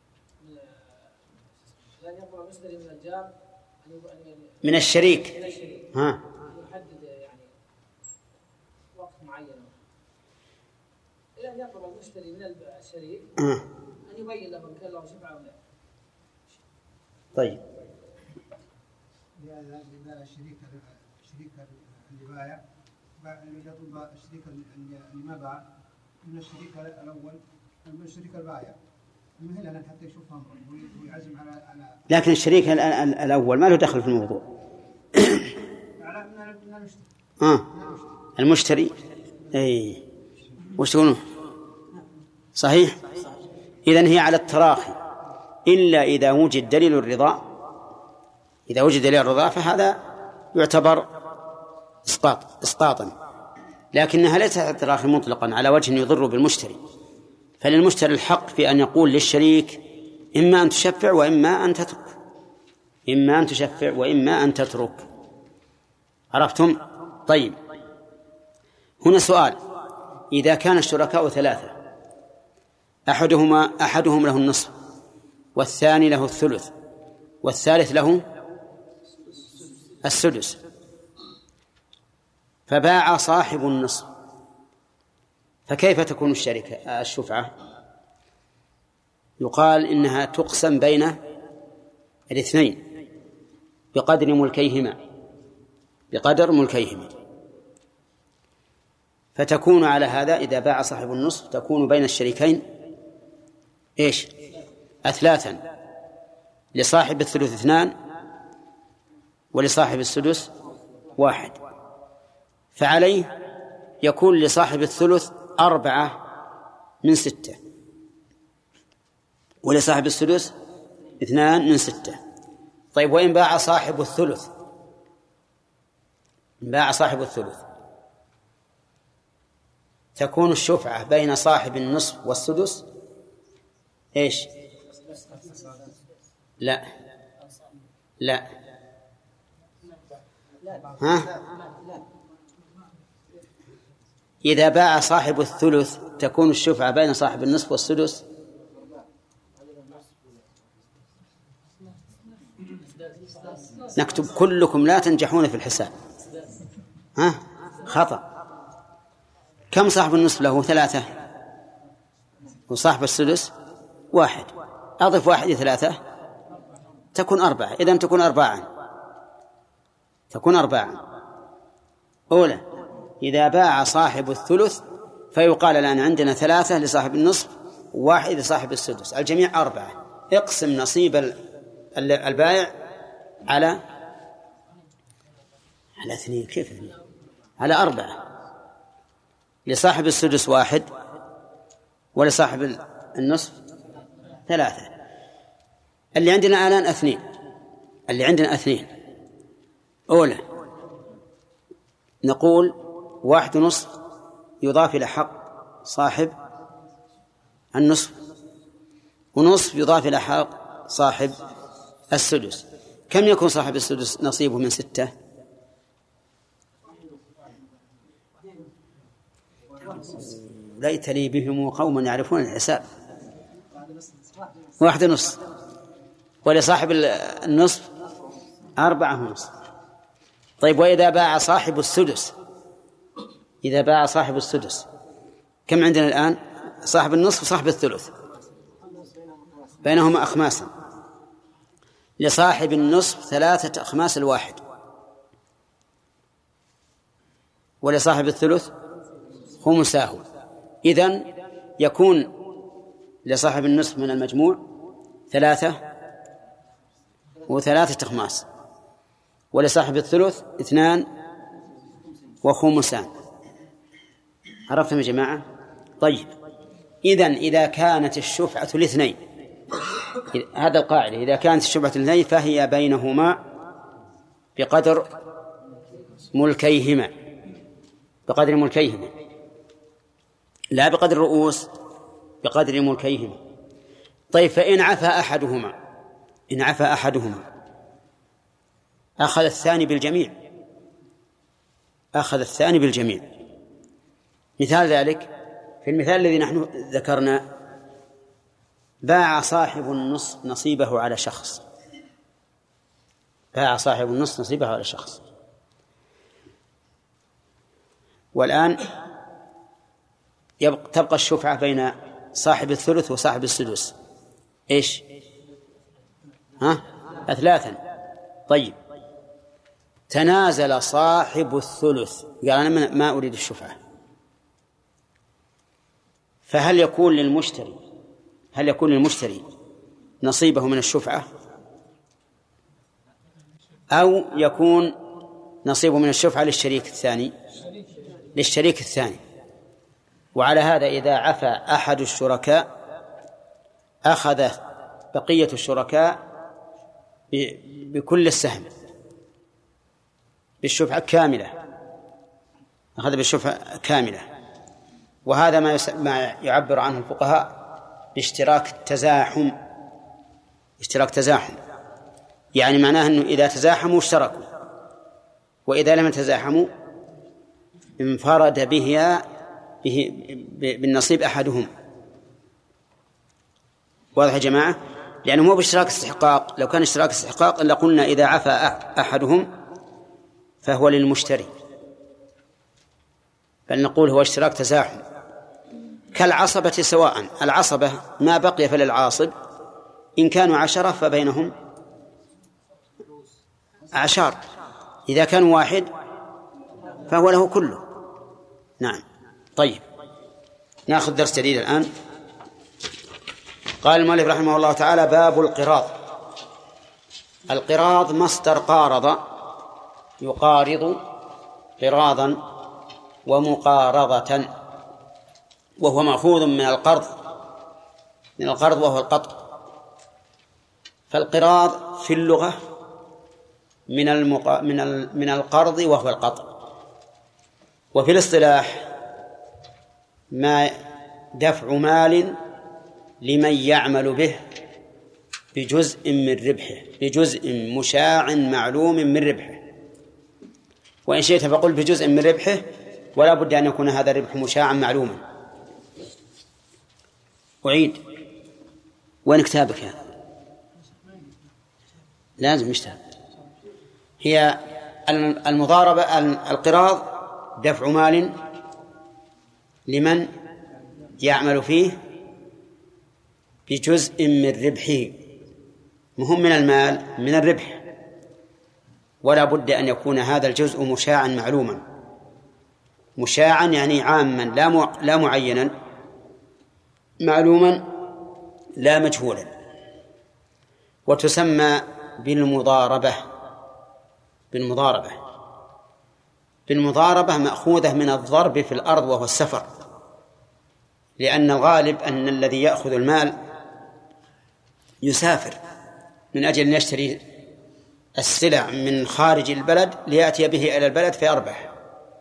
من الجار من الشريك يحدد يعني وقت معين، إلى أن يطلب المشتري من الشريك أن يبين له إن كان له شفعة أو لا. طيب. لأن الشريك اللي بايع يطلب الشريك اللي ما باع من الشريك الأول من الشريك البائع المهل أنا حتى يشوف أمره ويعزم على لكن الشريك الأول ما له دخل في الموضوع. المشتري أي وش تقولون؟ صحيح. إذن هي على التراخي إلا إذا وجد دليل الرضا. إذا وجد دليل الرضا فهذا يعتبر إسقاطا، لكنها ليست على التراخي مطلقا على وجه يضر بالمشتري. فللمشتري الحق في أن يقول للشريك إما أن تشفع وإما أن تترك، إما أن تشفع وإما أن تترك. عرفتم؟ طيب، هنا سؤال: إذا كان الشركاء ثلاثة، أحدهم له النصف والثاني له الثلث والثالث له السدس، فباع صاحب النصف، فكيف تكون الشفعة؟ يقال إنها تقسم بين الاثنين بقدر ملكيهما، فتكون على هذا إذا باع صاحب النصف تكون بين الشريكين إيش؟ أثلاثا، لصاحب الثلث 2 ولصاحب السدس 1، فعليه يكون لصاحب الثلث 4/6 ولصاحب السدس 2/6. طيب، وإن باع صاحب الثلث تكون الشفعة بين صاحب النصف والسدس إيش؟ لا إذا باع صاحب الثلث تكون الشفعة بين صاحب النصف والسدس. نكتب كلكم لا تنجحون في الحساب. خطأ. كم صاحب النصف له؟ 3، وصاحب السدس 1. أضف 1 3 تكون 4. إذن تكون 4. أولى إذا باع صاحب الثلث فيقال الآن عندنا 3 لصاحب النصف و1 لصاحب السدس، الجميع 4. اقسم نصيب البائع على 2. كيف 2؟ على 4. لصاحب السدس 1 ولصاحب النصف 3. اللي عندنا الآن 2. أولى نقول 1.5 يضاف إلى حق صاحب النصف، ونصف يضاف إلى حق صاحب السدس. كم يكون صاحب السدس نصيبه من 6؟ ليت لي بهم قوما يعرفون الحساب. 1.5 ولصاحب النصف 4.5. طيب، وإذا باع صاحب السدس كم عندنا الآن؟ صاحب النصف وصاحب الثلث بينهما أخماسا. لصاحب النصف 3 أخماس الواحد، ولصاحب الثلث خمساه. إذن يكون لصاحب النصف من المجموع 3 و3 أخماس، ولصاحب الثلث 2 وخمسان. عرفتم يا جماعة؟ طيب، إذن إذا كانت الشفعة ل2، هذا القاعدة، إذا كانت الشفعة ل2 فهي بينهما بقدر ملكيهما، لا بقدر الرؤوس، بقدر ملكيهما. طيب فإن عفى أحدهما أخذ الثاني بالجميع. مثال ذلك في المثال الذي نحن ذكرنا: باع صاحب النصف نصيبه على شخص، والآن تبقى الشفعة بين صاحب الثلث وصاحب السدس. إيش؟ 3. طيب، تنازل صاحب الثلث، قال أنا ما أريد الشفعة، فهل يكون للمشتري نصيبه من الشفعة، أو يكون نصيبه من الشفعة للشريك الثاني؟ وعلى هذا إذا عفى أحد الشركاء أخذ بقية الشركاء بكل السهم بالشفعة كاملة، وهذا ما يعبر عنه الفقهاء باشتراك تزاحم، يعني معناه أنه إذا تزاحموا اشتركوا، وإذا لم يتزاحموا انفرد بالنصيب أحدهم. واضح يا جماعة؟ لأنه مو باشتراك استحقاق. لو كان اشتراك استحقاق لقلنا إذا عفى أحدهم فهو للمشتري، بل نقول هو اشتراك تزاحم. كالعصبة سواء، العصبة ما بقي فللعاصب، إن كانوا 10 فبينهم 10، إذا كانوا 1 فهو له كله. نعم. طيب، نأخذ درس جديد الآن. قال المؤلف رحمه الله تعالى: باب القراض مصدر قارض يقارض قراضا ومقارضة، وهو مأخوذ من القرض وهو القطع. فالقراض في اللغة من القرض وهو القطع، وفي الاصطلاح ما دفع مال لمن يعمل به بجزء مشاع معلوم من ربحه. وإن شئت فقل بجزء من ربحه، ولا بد أن يكون هذا الربح مشاعا معلوما. أعيد. وين كتابك هذا؟ لازم يشتغل. هي المضاربة، القراض دفع مال لمن يعمل فيه بجزء من ربحه، مهم من المال، من الربح، ولا بد أن يكون هذا الجزء مشاعا معلوما. مشاعا يعني عاما لا معينا، معلوما لا مجهولا. وتسمى بالمضاربة مأخوذة من الضرب في الأرض وهو السفر، لأن الغالب أن الذي يأخذ المال يسافر من أجل أن يشتري السلع من خارج البلد ليأتي به إلى البلد فيربح.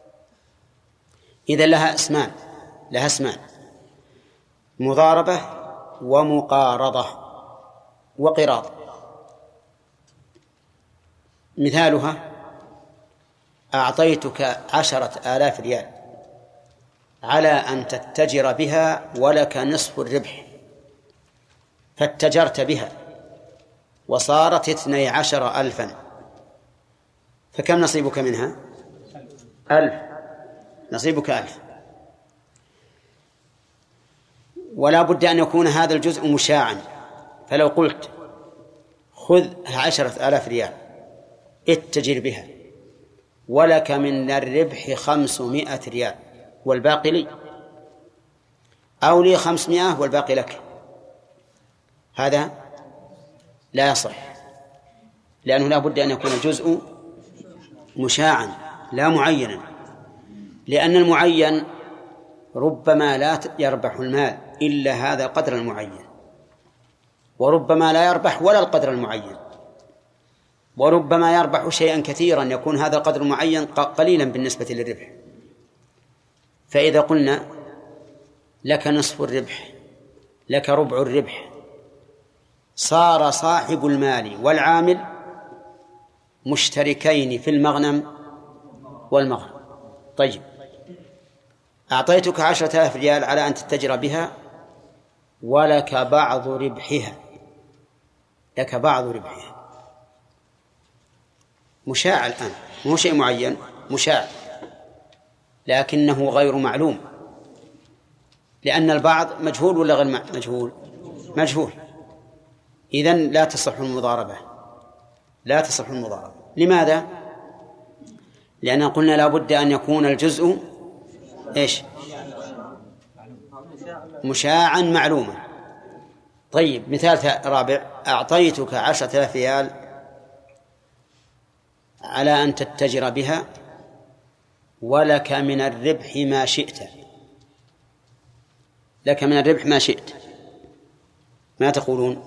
إذن لها اسمان: مضاربة ومقارضة وقراض. مثالها: أعطيتك 10,000 ريال على أن تتجر بها ولك نصف الربح، فاتجرت بها وصارت 12,000، فكم نصيبك منها؟ 1,000. نصيبك 1000. ولا بد أن يكون هذا الجزء مشاعا، فلو قلت خذ 10,000 ريال اتجر بها ولك من الربح 500 ريال والباقي لي، أو لي 500 والباقي لك، هذا لا يصح، لأنه لا بد أن يكون الجزء مشاعا لا معينا، لأن المعين ربما لا يربح المال إلا هذا القدر المعين، وربما لا يربح ولا القدر المعين، وربما يربح شيئا كثيرا يكون هذا القدر المعين قليلا بالنسبة للربح. فإذا قلنا لك نصف الربح لك ربع الربح، صار صاحب المال والعامل مشتركين في المغنم والمغرم. طيب، أعطيتك 10,000 ريال على أن تتجر بها ولك بعض ربحها، لك بعض ربحها، مشاع الآن، مو شيء معين، مشاع، لكنه غير معلوم، لأن البعض مجهول ولا غير مجهول؟ مجهول. إذن لا تصح المضاربة، لا تصح المضاربة. لماذا؟ لأن قلنا لا بد أن يكون الجزء إيش؟ مشاعا معلوما. طيب، مثال رابع: أعطيتك 10,000 ريال على أن تتجر بها ولك من الربح ما شئت، لك من الربح ما شئت، ما تقولون؟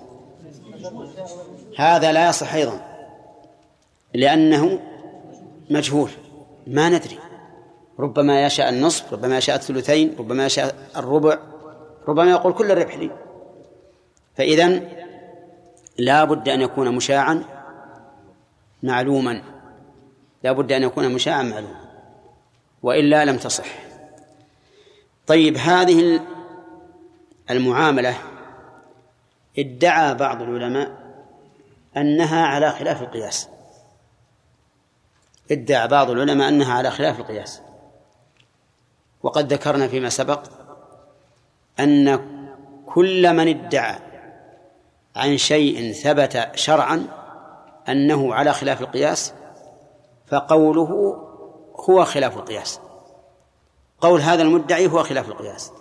هذا لا يصح أيضا، لأنه مجهول، ما ندري، ربما يشاء النصف، ربما يشاء الثلثين، ربما يشاء الربع، ربما يقول كل الربح لي. فإذن لا بد أن يكون مشاعا معلوما، لا بد أن يكون مشاعا معلوما، وإلا لم تصح. طيب، هذه المعاملة ادعى بعض العلماء أنها على خلاف القياس، ادعى بعض العلماء أنها على خلاف القياس، وقد ذكرنا فيما سبق أن كل من ادعى عن شيء ثبت شرعا أنه على خلاف القياس فقوله هو خلاف القياس، قول هذا المدعي هو خلاف القياس.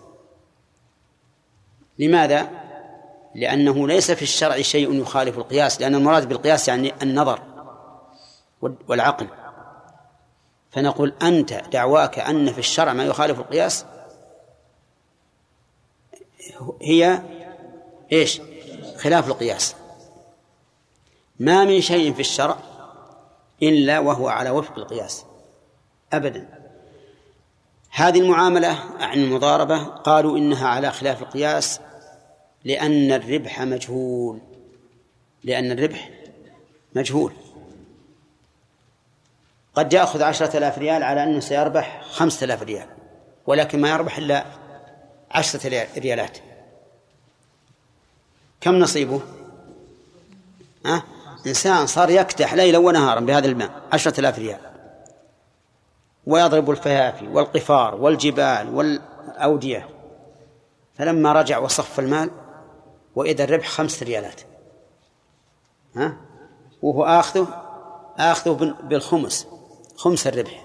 لماذا؟ لأنه ليس في الشرع شيء يخالف القياس، لأن المراد بالقياس يعني النظر والعقل. فنقول أنت دعواك أن في الشرع ما يخالف القياس هي إيش؟ خلاف القياس. ما من شيء في الشرع إلا وهو على وفق القياس أبدا. هذه المعاملة عن المضاربة قالوا إنها على خلاف القياس لأن الربح مجهول، لأن الربح مجهول. قد يأخذ 10,000 ريال على أنه سيربح 5,000 ريال، ولكن ما يربح إلا 10 ريالات. كم نصيبه؟ إنسان صار يكدح ليلا ونهارا بهذا الماء 10,000 ريال، ويضرب الفيافي والقفار والجبال والأودية، فلما رجع وصف المال وإذا الربح 5 ريالات، وهو آخذه بالخمس، خمس الربح،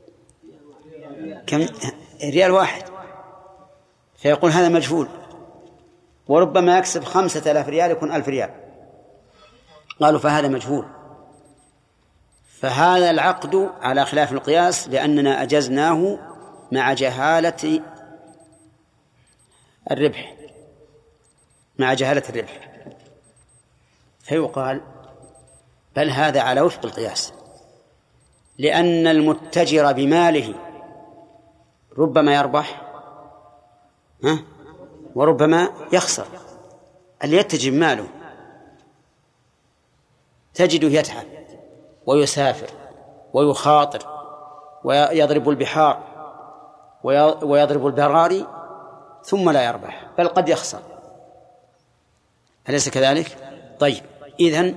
كم؟ ريال واحد. فيقول هذا مجهول، وربما يكسب 5,000 ريال يكون 1,000 ريال. قالوا فهذا مجهول. فهذا العقد على خلاف القياس لأننا أجزناه مع جهالة الربح، مع جهالة الربح. فيقال بل هذا على وفق القياس، لأن المتجر بماله ربما يربح وربما يخسر. اللي يتجر بماله تجده يتعب ويسافر ويخاطر ويضرب البحار ويضرب البراري ثم لا يربح، بل قد يخسر. أليس كذلك؟ طيب، إذن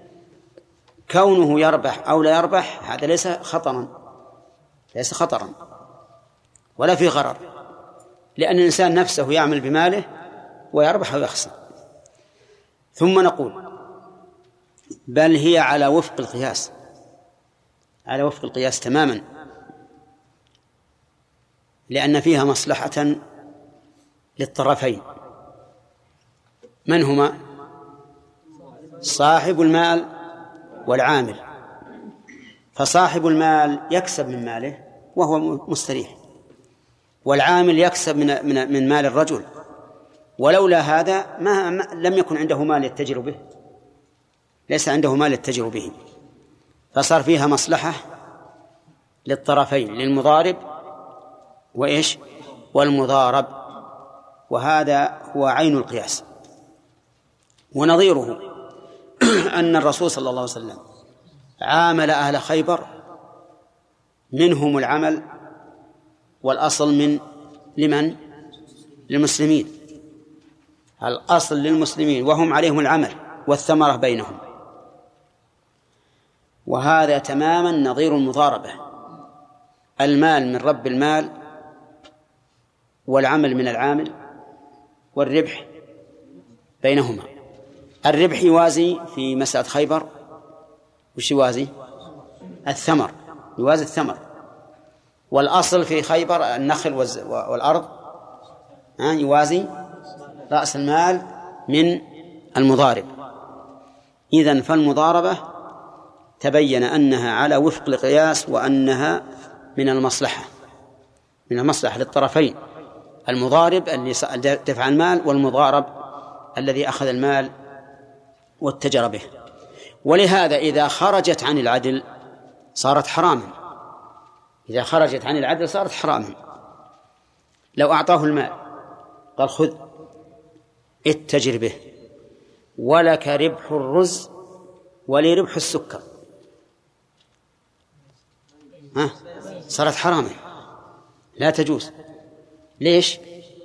كونه يربح أو لا يربح هذا ليس خطرا ولا في غرر، لأن الإنسان نفسه يعمل بماله ويربح أو يخسر. ثم نقول بل هي على وفق القياس، على وفق القياس تماما، لأن فيها مصلحة للطرفين. من هما؟ صاحب المال والعامل. فصاحب المال يكسب من ماله وهو مستريح، والعامل يكسب من مال الرجل، ولولا هذا لم يكن عنده مال يتجر به، ليس عنده مال يتجر به. فصار فيها مصلحة للطرفين، للمضارب والمضارب. وهذا هو عين القياس. ونظيره أن الرسول صلى الله عليه وسلم عامل أهل خيبر منهم العمل والأصل لمن؟ للمسلمين، الأصل للمسلمين وهم عليهم العمل والثمرة بينهم. وهذا تماما نظير المضاربة، المال من رب المال والعمل من العامل والربح بينهما. الربح يوازي في مسألة خيبر وش يوازي؟ الثمر، يوازي الثمر. والأصل في خيبر النخل والأرض يوازي رأس المال من المضارب. إذن فالمضاربة تبين أنها على وفق القياس وأنها من المصلحة للطرفين، المضارب اللي دفع المال والمضارب الذي أخذ المال واتجر به. ولهذا إذا خرجت عن العدل صارت حراما، إذا خرجت عن العدل صارت حراما. لو أعطاه المال قال خذ اتجر به ولك ربح الرز ولي ربح السكر، صارت حراما لا تجوز. ليش؟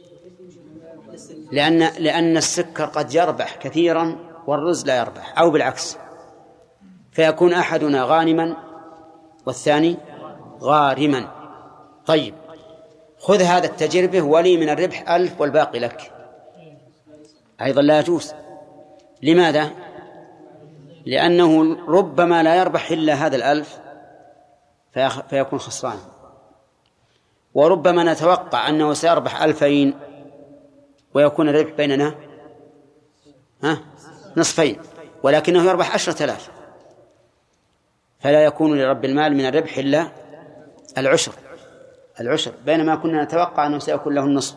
لأن السكر قد يربح كثيرا والرز لا يربح، أو بالعكس، فيكون أحدنا غانما والثاني غارما. طيب خذ هذا التجربة ولي من الربح 1000 والباقي لك، أيضا لا يجوز. لماذا؟ لأنه ربما لا يربح إلا هذا 1000 فيكون خسران، وربما نتوقع أنه سيربح 2000 ويكون الربح بيننا نصفين، ولكنه يربح 10,000، فلا يكون لرب المال من الربح إلا العشر، بينما كنا نتوقع أنه سيكون له النصف.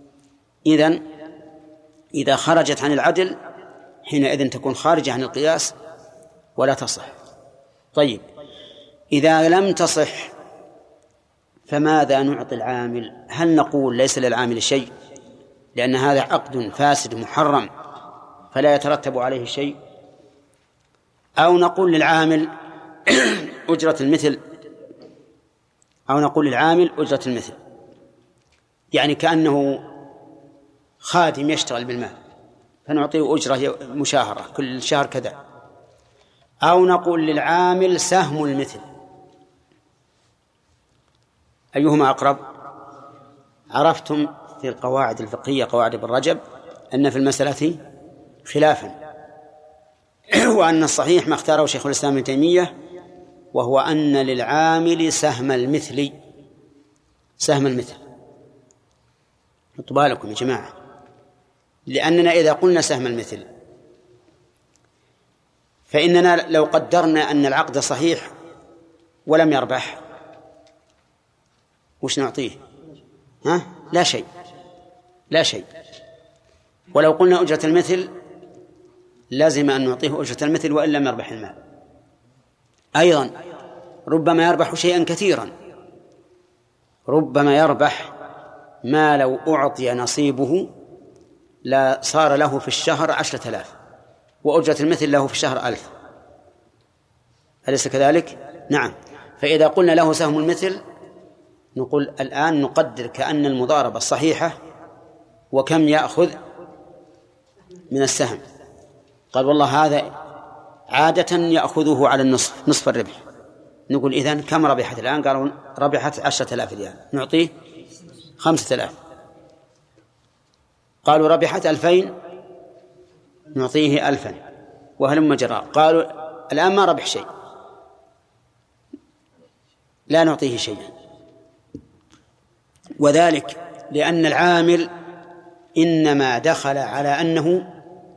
إذا خرجت عن العدل حينئذ تكون خارجة عن القياس ولا تصح. طيب إذا لم تصح فماذا نعطي العامل؟ هل نقول ليس للعامل شيء لأن هذا عقد فاسد محرم فلا يترتب عليه شيء، أو نقول للعامل أجرة المثل، يعني كأنه خادم يشتغل بالمال فنعطيه أجرة مشاهرة كل شهر كذا، أو نقول للعامل سهم المثل. أيهما أقرب؟ عرفتم في القواعد الفقهية قواعد ابن رجب أن في المسألة خلافا، وأن الصحيح ما اختاره شيخ الإسلام ابن تيمية، وهو أن للعامل سهم المثل. حطوا بالكم يا جماعة، لأننا إذا قلنا سهم المثل فإننا لو قدرنا أن العقد صحيح ولم يربح وش نعطيه؟ لا شيء. ولو قلنا أجرة المثل لازم أن نعطيه أجرة المثل وإن لم يربح المال. أيضا ربما يربح شيئا كثيرا، ربما يربح ما لو أعطي نصيبه لا صار له في الشهر 10,000 وأجرة المثل له في الشهر 1000، أليس كذلك؟ نعم. فإذا قلنا له سهم المثل نقول الآن نقدر كأن المضاربة الصحيحة وكم يأخذ من السهم. قال والله هذا عادة يأخذه على النصف، نصف الربح. نقول إذن كم ربحت الآن؟ قالوا ربحت 10,000 ريال، نعطيه 5,000. قالوا ربحت 2000، نعطيه 1000 وهلم جرى. قالوا الآن ما ربح شيء، لا نعطيه شيئا، وذلك لأن العامل إنما دخل على أنه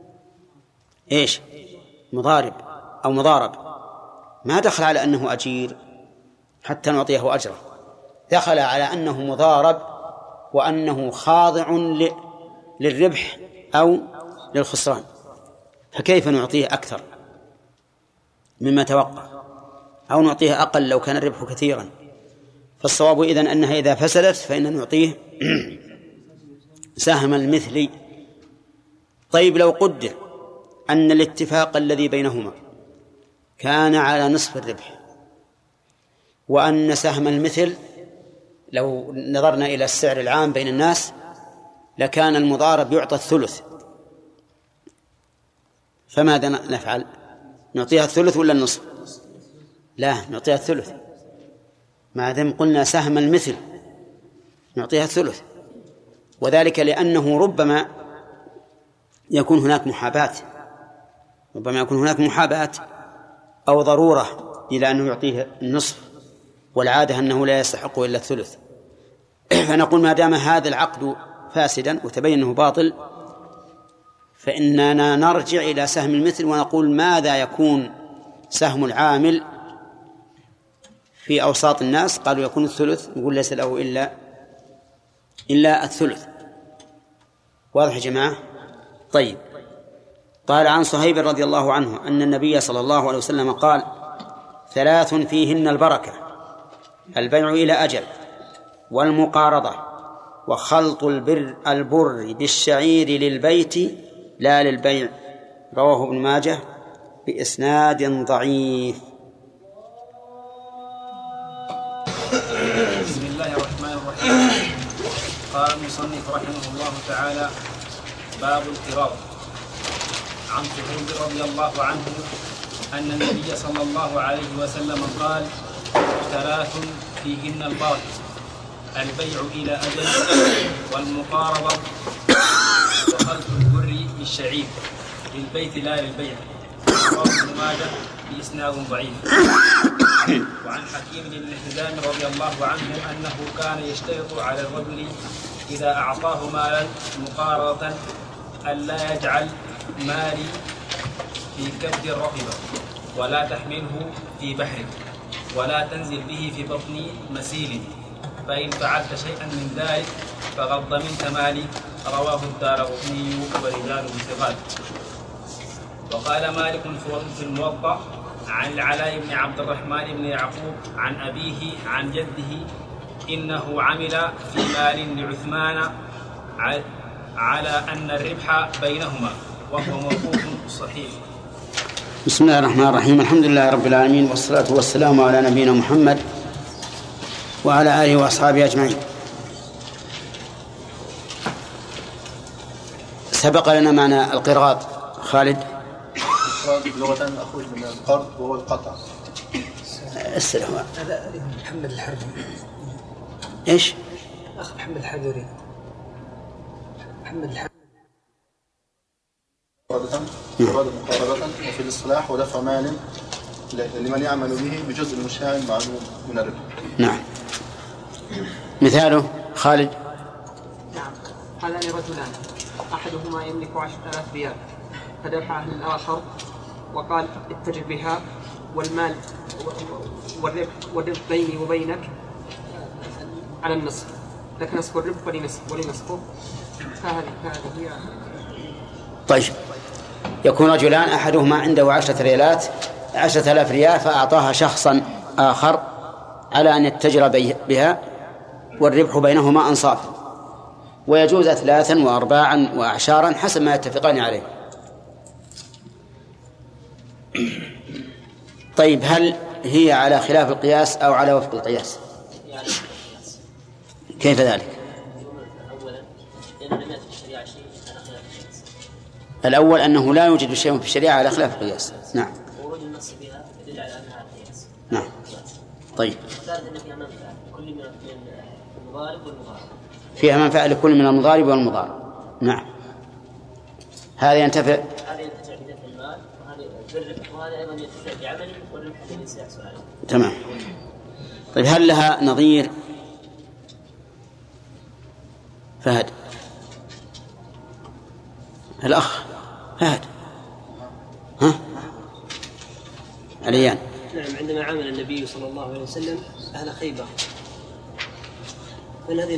مضارب أو مضارب، ما دخل على أنه أجير حتى نعطيه أجره، دخل على أنه مضارب وأنه خاضع للربح أو للخسران، فكيف نعطيه أكثر مما توقع أو نعطيه أقل لو كان الربح كثيرا؟ فالصواب إذن أنها إذا فسدت فإن نعطيه سهم المثل. طيب لو قدر أن الاتفاق الذي بينهما كان على نصف الربح، وأن سهم المثل لو نظرنا إلى السعر العام بين الناس لكان المضارب يعطى الثلث، فماذا نفعل؟ نعطيها الثلث ولا النصف؟ لا، نعطيها الثلث. ما دام قلنا سهم المثل نعطيها الثلث، وذلك لأنه ربما يكون هناك محاباة أو ضرورة إلى أنه يعطيه النصف، والعادة أنه لا يستحق إلا الثلث. فنقول ما دام هذا العقد فاسدا وتبين أنه باطل فإننا نرجع إلى سهم المثل ونقول ماذا يكون سهم العامل في أوساط الناس؟ قالوا يكون الثلث، نقول ليس له إلا الثلث. واضح يا جماعة؟ طيب. قال عن صهيب رضي الله عنه أن النبي صلى الله عليه وسلم قال: 3 فيهن البركة: البيع إلى أجل، والمقارضة، وخلط البر بالشعير للبيت لا للبيع. رواه ابن ماجه بإسناد ضعيف. بسم الله الرحمن الرحيم. قال المصنف رحمه الله تعالى: باب القراض. عن صهيب رضي الله عنه أن النبي صلى الله عليه وسلم قال: 3 فيهن البركة: البيع إلى أجل، والمقارضة، وخلط البر بالشعير للبيت لا للبيع. رواه ابن ماجه بإسناد ضعيف. وعن حكيم بن حزام رضي الله عنه أنه كان يشترط على الرجل إذا أعطاه مالا مقارضة ألا يجعل مالي في كبد الرقبة، ولا تحمله في بحر، ولا تنزل به في بطن مسيل، فإن فعلت شيئا من ذلك فقد ضمنت مالي. رواه الدارقطني ورجاله ثقات. وقال مالك في الموطأ عن العلاء بن عبد الرحمن بن يعقوب عن أبيه عن جده إنه عمل في مال لعثمان على أن الربح بينهما، وهو موقوف صحيح. بسم الله الرحمن الرحيم. الحمد لله رب العالمين، والصلاة والسلام على نبينا محمد وعلى آله وأصحابه أجمعين. سبق لنا معنى القراض. خالد. القراض لغة أخرج من القرض وهو القطع. السلام. هذا محمد الحربي. إيش؟ أخ محمد الحربي. محمد الحربي. مقاربة وفي الإصلاح ودفع مال لمن يعمل به بجزء مشاع معلوم من الربح. نعم. مثاله خالد. نعم. هذان رجلان أحدهما يملك 10,000 ريال فدفعه للآخر وقال: اتجر بها، والمال والربح بيني وبينك على النصف، لك نصف الربح ولنصفه. فهذه هي. طيب، يكون رجلان أحدهما عنده 10,000 ريال فأعطاها شخصا آخر على أن يتجر بها، والربح بينهما أنصاف، ويجوز 3 و4 وأعشارا حسب ما يتفقان عليه. طيب، هل هي على خلاف القياس أو على وفق القياس؟ كيف ذلك؟ الأول أنه لا يوجد شيء في الشريعة على خلاف القياس. نعم. ورود النص بها يدل على أنها قياس. نعم. طيب. فيها منفعة لكل من المضارب والمضارب. نعم. هذا ينتفع. هذا ينتفع بدفع المال، وهذا بالربح، وهذا أيضا ينتفع بعمله، والربح ليس يحصل عليه. تمام. طيب، هل لها نظير؟ فهد. الأخ فهد. ها؟ عليان. نعم. عندما عامل النبي صلى الله عليه وسلم أهل خيبر، فهذه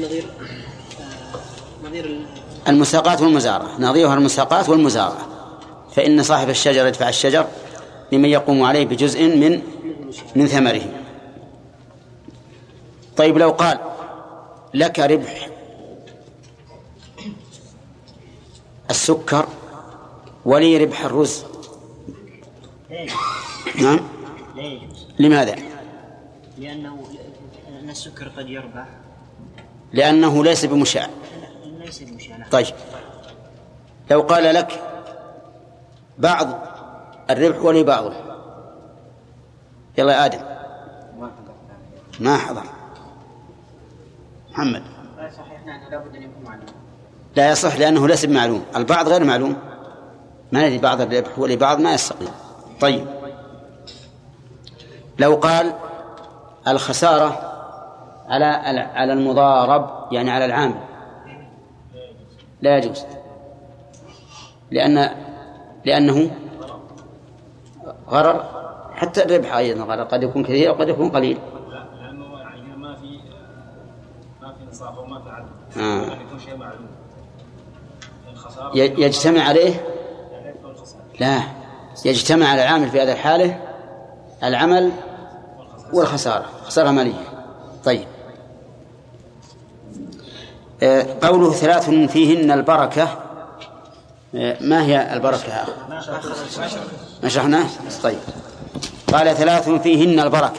نظير المساقات والمزارعة، نظيرها المساقات والمزارعة، فإن صاحب الشجر يدفع الشجر لمن يقوم عليه بجزء من ثمره. طيب، لو قال: لك ربح السكر ولي ربح الرز. نعم. لا يجوز. لماذا؟ لأن السكر قد يربح. لأنه ليس بمشاع. ليس بمشاع. طيب لو قال لك بعض الربح ولي بعضه، يلا يا آدم. ما حضر. محمد. لا صحيح لابد أن يكون معلوم. لا يصح لأنه ليس بمعلوم، البعض غير معلوم، ما ندري بعض الربح ولي بعض ما يستقيم. طيب لو قال الخسارة على المضارب يعني على العامل، لا يجوز، لأنه غرر. حتى الربح أيضا غرر، قد يكون كثير وقد يكون قليل. لأنه يعني ما في نصاب وما في عدد. يكون شيء معلوم. يجتمع عليه، لا يجتمع على العامل في هذه الحالة العمل والخسارة، خسارة مالية. طيب قوله 3 فيهن البركة، ما هي البركة؟ ما شرحناه. طيب قال 3 فيهن البركة،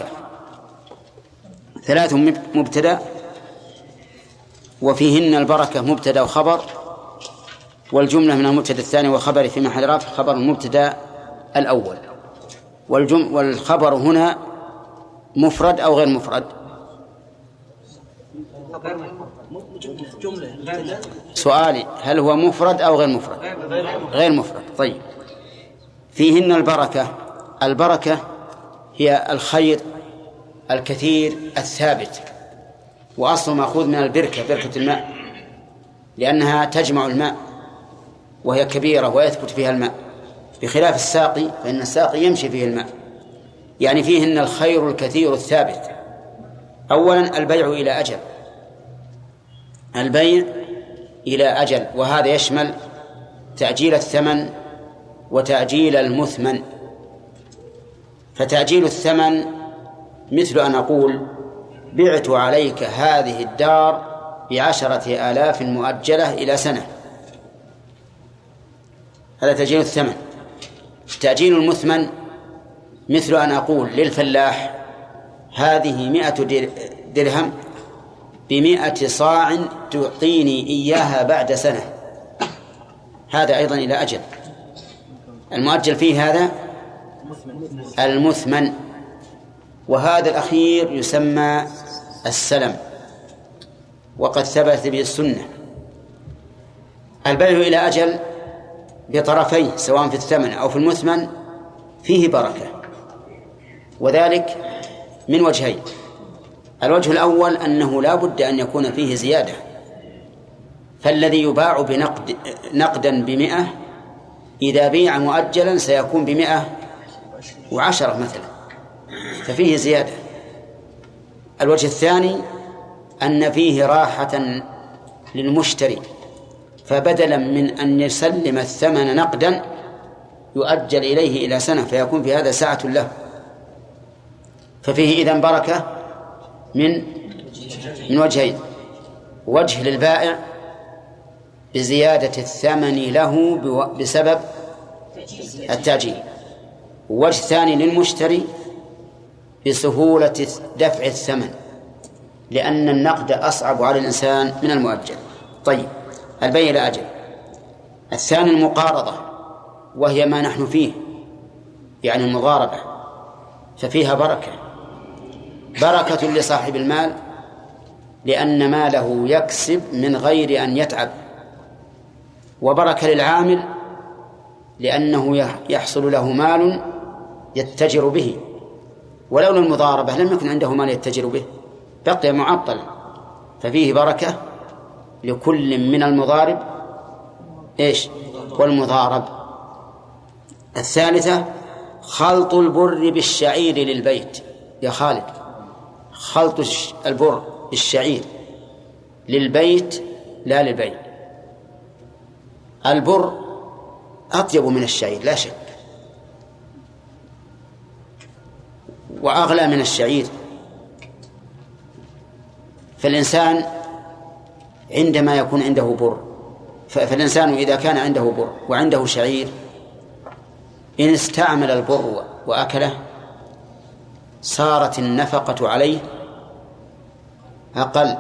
3 مبتدأ وفيهن البركة مبتدأ وخبر، والجملة من المبتدأ الثاني وخبر في محل رفع خبر المبتدأ الأول، والخبر هنا مفرد أو غير مفرد؟ سؤالي هل هو مفرد أو غير مفرد؟ غير مفرد. طيب فيهن البركة، البركة هي الخير الكثير الثابت، وأصله مأخوذ من البركة، بركة الماء، لأنها تجمع الماء وهي كبيرة ويثبت فيها الماء، بخلاف الساقي فإن الساقي يمشي فيه الماء. يعني فيهن الخير الكثير الثابت. أولا البيع إلى أجل، البيع إلى أجل، وهذا يشمل تعجيل الثمن وتعجيل المثمن. فتعجيل الثمن مثل أن أقول بعت عليك هذه الدار ب10,000 مؤجلة إلى سنة، هذا تعجيل الثمن. تعجيل المثمن مثل أن أقول للفلاح هذه 100 درهم ب100 صاع تعطيني إياها بعد سنة، هذا أيضا إلى أجل. المؤجل فيه هذا المثمن، وهذا الأخير يسمى السلم، وقد ثبت به السنة. البيع إلى أجل بطرفيه سواء في الثمن أو في المثمن فيه بركة، وذلك من وجهين. الوجه الأول أنه لا بد أن يكون فيه زيادة، فالذي يباع نقدا ب100 إذا بيع مؤجلا سيكون ب110 مثلا، ففيه زيادة. الوجه الثاني أن فيه راحة للمشتري، فبدلا من أن يسلم الثمن نقدا يؤجل إليه إلى سنة، فيكون في هذا سعة له. ففيه إذن بركة من وجهين: وجه للبائع بزيادة الثمن له بسبب التعجيل، ووجه ثاني للمشتري بسهولة دفع الثمن، لأن النقد أصعب على الإنسان من المؤجل. طيب البيع إلى أجل. الثاني المقارضة، وهي ما نحن فيه، يعني المضاربة، ففيها بركة لصاحب المال، لأن ماله يكسب من غير أن يتعب، وبركة للعامل لأنه يحصل له مال يتجر به، ولولا المضاربة لم يكن عنده مال يتجر به، بقي معطل. ففيه بركة لكل من المضارب والمضارب. الثالثة خلط البر بالشعير للبيت. يا خالد، خلط البر بالشعير للبيت لا للبيع. البر أطيب من الشعير لا شك، وأغلى من الشعير. فالإنسان عندما يكون عنده بر فالإنسان إذا كان عنده بر وعنده شعير إن استعمل البر وأكله صارت النفقة عليه أقل،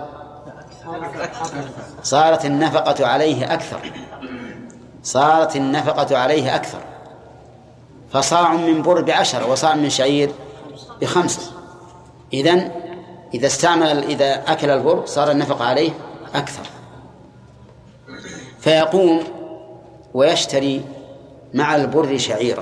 صارت النفقة عليه أكثر، صارت النفقة عليه أكثر، فصاع من بر ب10 وصاع من شعير ب5. إذن إذا أكل البر صار النفقة عليه أكثر، فيقوم ويشتري مع البر شعيرا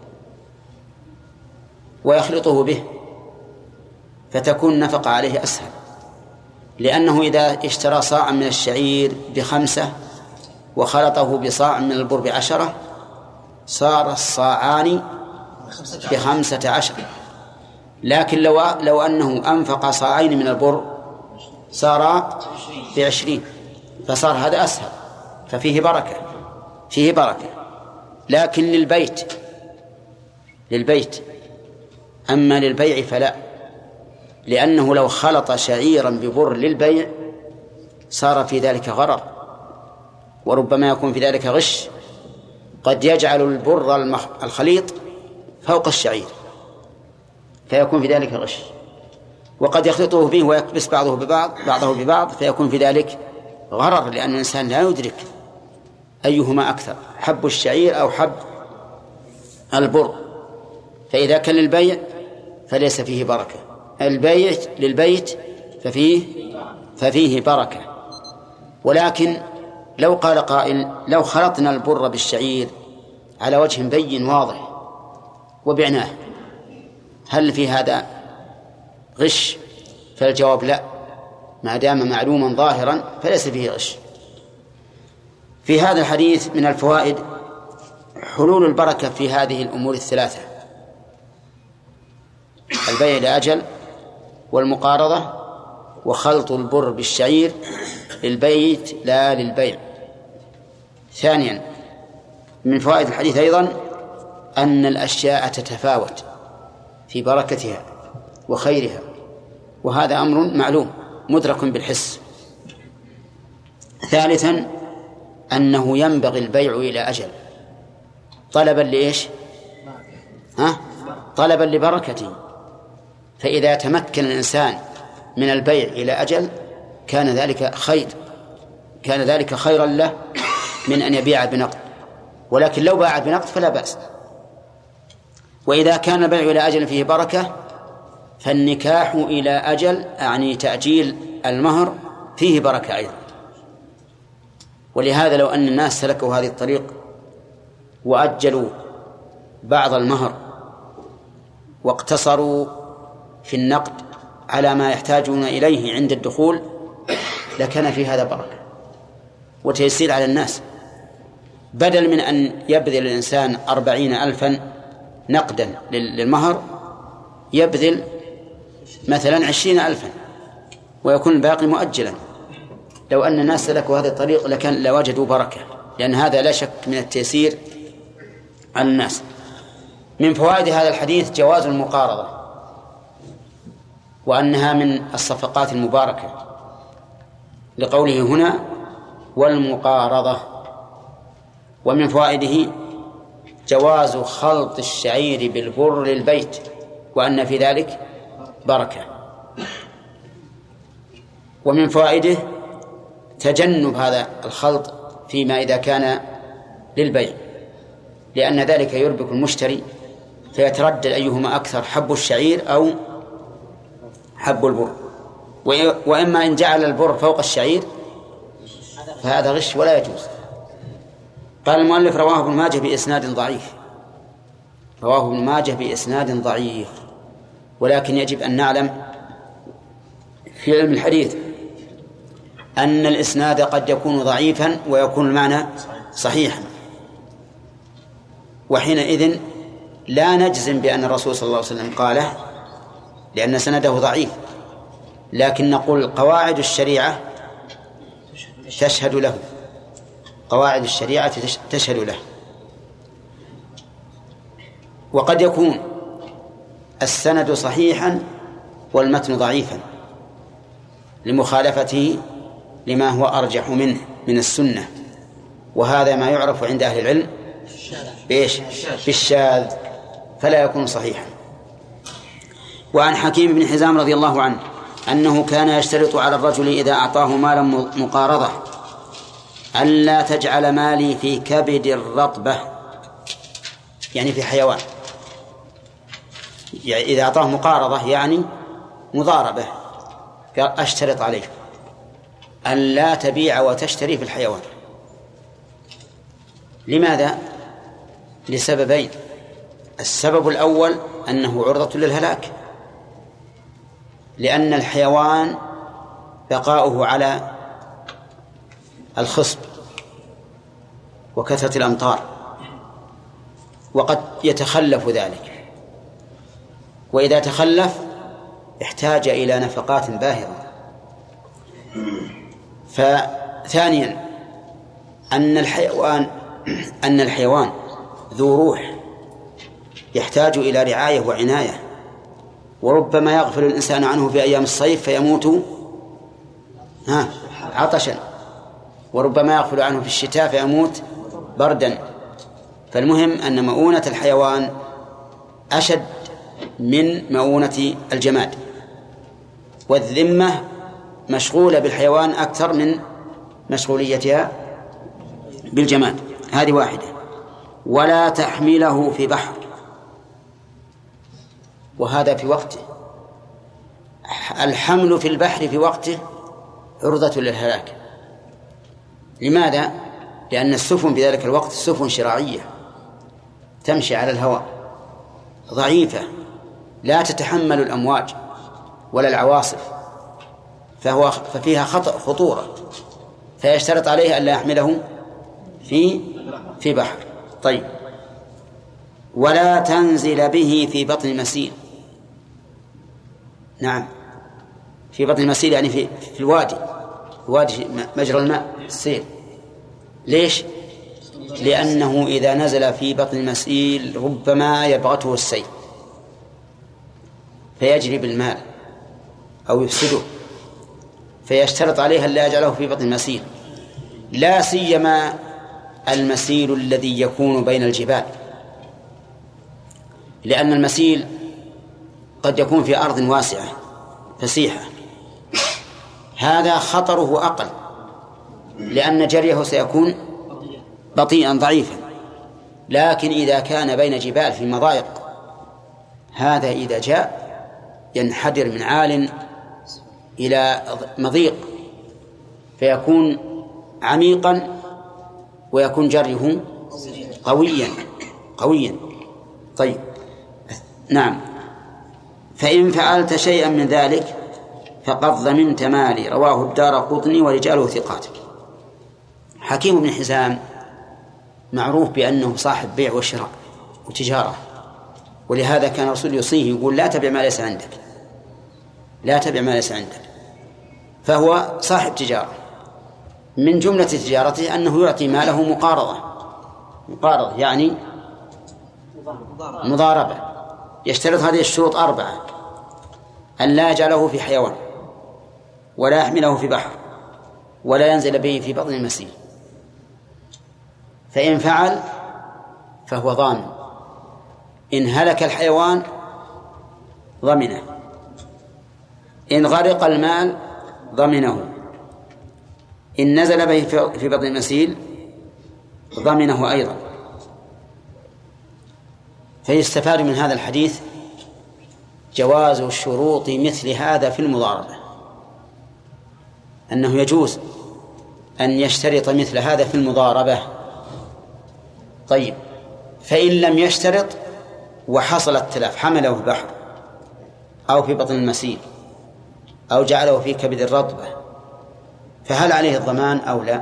ويخلطه به فتكون النفقة عليه أسهل، لأنه إذا اشترى صاعا من الشعير ب5 وخلطه بصاع من البر ب10 صار الصاعان ب15. لكن لو أنه أنفق صاعين من البر صار ب20 فصار هذا أسهل، ففيه بركة، فيه بركة. لكن للبيت أما للبيع فلا، لأنه لو خلط شعيرا ببر للبيع صار في ذلك غرر، وربما يكون في ذلك غش، قد يجعل البر الخليط فوق الشعير فيكون في ذلك غش، وقد يخلطه به ويكبس بعضه ببعض فيكون في ذلك غرر، لأن الإنسان لا يدرك أيهما أكثر، حب الشعير أو حب البر. فإذا كان للبيع فليس فيه بركة، للبيت ففيه بركة. ولكن لو قال قائل لو خلطنا البر بالشعير على وجه بين واضح وبعناه هل في هذا غش؟ فالجواب لا، ما دام معلوما ظاهرا فليس فيه غش. في هذا الحديث من الفوائد حلول البركة في هذه الأمور الثلاثة: البيع لأجل، والمقارضة، وخلط البر بالشعير للبيت لا للبيع. ثانيا من فوائد الحديث أيضا أن الأشياء تتفاوت في بركتها وخيرها، وهذا أمر معلوم مدرك بالحس. ثالثا أنه ينبغي البيع إلى أجل طلبا لإيش؟ طلبا لبركته، فإذا تمكن الإنسان من البيع إلى أجل كان ذلك خيرا له من أن يبيع بنقد، ولكن لو باع بنقد فلا بأس. وإذا كان البيع إلى أجل فيه بركة فالنكاح إلى أجل أعني تأجيل المهر فيه بركة أيضا. ولهذا لو أن الناس سلكوا هذه الطريق وأجلوا بعض المهر واقتصروا في النقد على ما يحتاجون إليه عند الدخول لكان في هذا بركة وتيسير على الناس، بدل من أن يبذل الإنسان 40,000 نقدا للمهر يبذل مثلا 20,000 ويكون الباقي مؤجلا. لو أن الناس سلكوا هذا الطريق لكان لوجدوا بركة، لأن هذا لا شك من التيسير على الناس. من فوائد هذا الحديث جواز المقارضة، وأنها من الصفقات المباركة لقوله هنا والمقارضة. ومن فوائده جواز خلط الشعير بالبر للبيت، وأن في ذلك بركة. ومن فوائده تجنب هذا الخلط فيما إذا كان للبيع، لأن ذلك يربك المشتري فيتردد أيهما أكثر، حب الشعير أو حب البر. وإما إن جعل البر فوق الشعير فهذا غش ولا يجوز. قال المؤلف رواه ابن ماجه بإسناد ضعيف، رواه ابن ماجه بإسناد ضعيف. ولكن يجب أن نعلم في علم الحديث أن الإسناد قد يكون ضعيفا ويكون المعنى صحيحا، وحينئذ لا نجزم بأن الرسول صلى الله عليه وسلم قاله لأن سنده ضعيف، لكن نقول قواعد الشريعة تشهد له، قواعد الشريعة تشهد له. وقد يكون السند صحيحا والمتن ضعيفا لمخالفته لما هو أرجح منه من السنة، وهذا ما يعرف عند أهل العلم بإيش؟ بالشاذ، فلا يكون صحيحا. وعن حكيم بن حزام رضي الله عنه أنه كان يشترط على الرجل إذا أعطاه مالا مقارضة ألا تجعل مالي في كبد الرطبة، يعني في حيوان. يعني إذا أعطاه مقارضة يعني مضاربة، قال أشترط عليه ألا تبيع وتشتري في الحيوان. لماذا؟ لسببين. السبب الأول أنه عرضة للهلاك، لأن الحيوان بقاؤه على الخصب وكثرة الأمطار، وقد يتخلف ذلك، وإذا تخلف احتاج إلى نفقات باهظة. فثانيا أن الحيوان ذو روح يحتاج إلى رعاية وعناية، وربما يغفل الإنسان عنه في أيام الصيف فيموت عطشا، وربما يغفل عنه في الشتاء فيموت بردا. فالمهم أن مؤونة الحيوان أشد من مؤونة الجماد، والذمة مشغولة بالحيوان أكثر من مشغوليتها بالجماد. هذه واحدة. ولا تحمله في بحر، وهذا في وقته. الحمل في البحر في وقته عرضة للهلاك. لماذا؟ لأن السفن في ذلك الوقت سفن شراعية تمشي على الهواء، ضعيفة لا تتحمل الأمواج ولا العواصف، ففيها خطورة، فيشترط عليه ألا يحمله في بحر. طيب. ولا تنزل به في بطن المسيل. نعم، في بطن المسيل يعني في الوادي مجرى الماء السيل. ليش؟ لأنه إذا نزل في بطن المسيل ربما يبغته السيل فيجري بالمال أو يفسده، فيشترط عليه أن لا يجعله في بطن المسيل، لا سيما المسيل الذي يكون بين الجبال، لأن المسيل قد يكون في أرض واسعة فسيحة، هذا خطره أقل لأن جريه سيكون بطيئا ضعيفا. لكن إذا كان بين جبال في مضايق، هذا إذا جاء ينحدر من عال إلى مضيق فيكون عميقا ويكون جريه قويا. طيب. نعم. فإن فعلت شيئا من ذلك فقد ضمنت مالي. رواه الدارقطني ورجاله ثقات. حكيم بن حزام معروف بأنه صاحب بيع وشراء وتجارة، ولهذا كان الرسول يوصيه يقول لا تبع ما ليس عندك، لا تبع ما ليس عندك. فهو صاحب تجارة، من جملة تجارته أنه يعطي ماله مقارضة يعني مضاربة. يشترط هذه الشروط 4: أن لا يجعله في حيوان، ولا يحمله في بحر، ولا ينزل به في بطن المسيل. فإن فعل فهو ضامن، إن هلك الحيوان ضمنه، إن غرق المال ضمنه، إن نزل به في بطن المسيل ضمنه أيضا. فيستفاد من هذا الحديث جواز الشروط مثل هذا في المضاربة، أنه يجوز أن يشترط مثل هذا في المضاربة. طيب. فإن لم يشترط وحصل التلاف، حمله في البحر أو في بطن المسيل أو جعله في كبد الرطبة، فهل عليه الضمان أو لا؟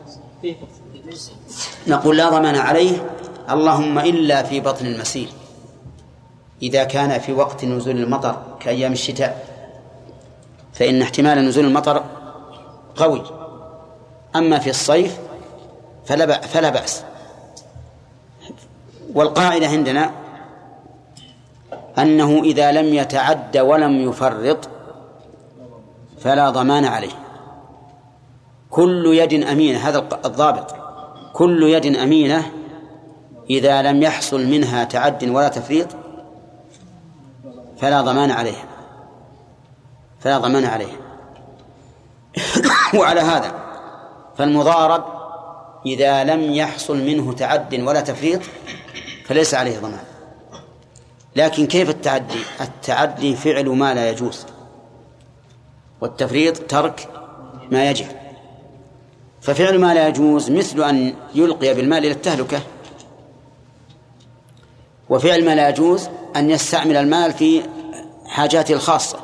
نقول لا ضمان عليه، اللهم إلا في بطن المسيل إذا كان في وقت نزول المطر كأيام الشتاء، فإن احتمال نزول المطر قوي. أما في الصيف فلا بأس. والقاعدة عندنا أنه إذا لم يتعد ولم يفرط فلا ضمان عليه. كل يد أمينة، هذا الضابط، كل يد أمينة إذا لم يحصل منها تعد ولا تفريط فلا ضمان عليها، فلا ضمان عليها. وعلى هذا فالمضارب إذا لم يحصل منه تعد ولا تفريط فليس عليه ضمان. لكن كيف التعدي؟ التعدي فعل ما لا يجوز، والتفريط ترك ما يجب. ففعل ما لا يجوز مثل أن يلقي بالمال إلى التهلكة، وفعل ما لا يجوز أن يستعمل المال في حاجاته الخاصة.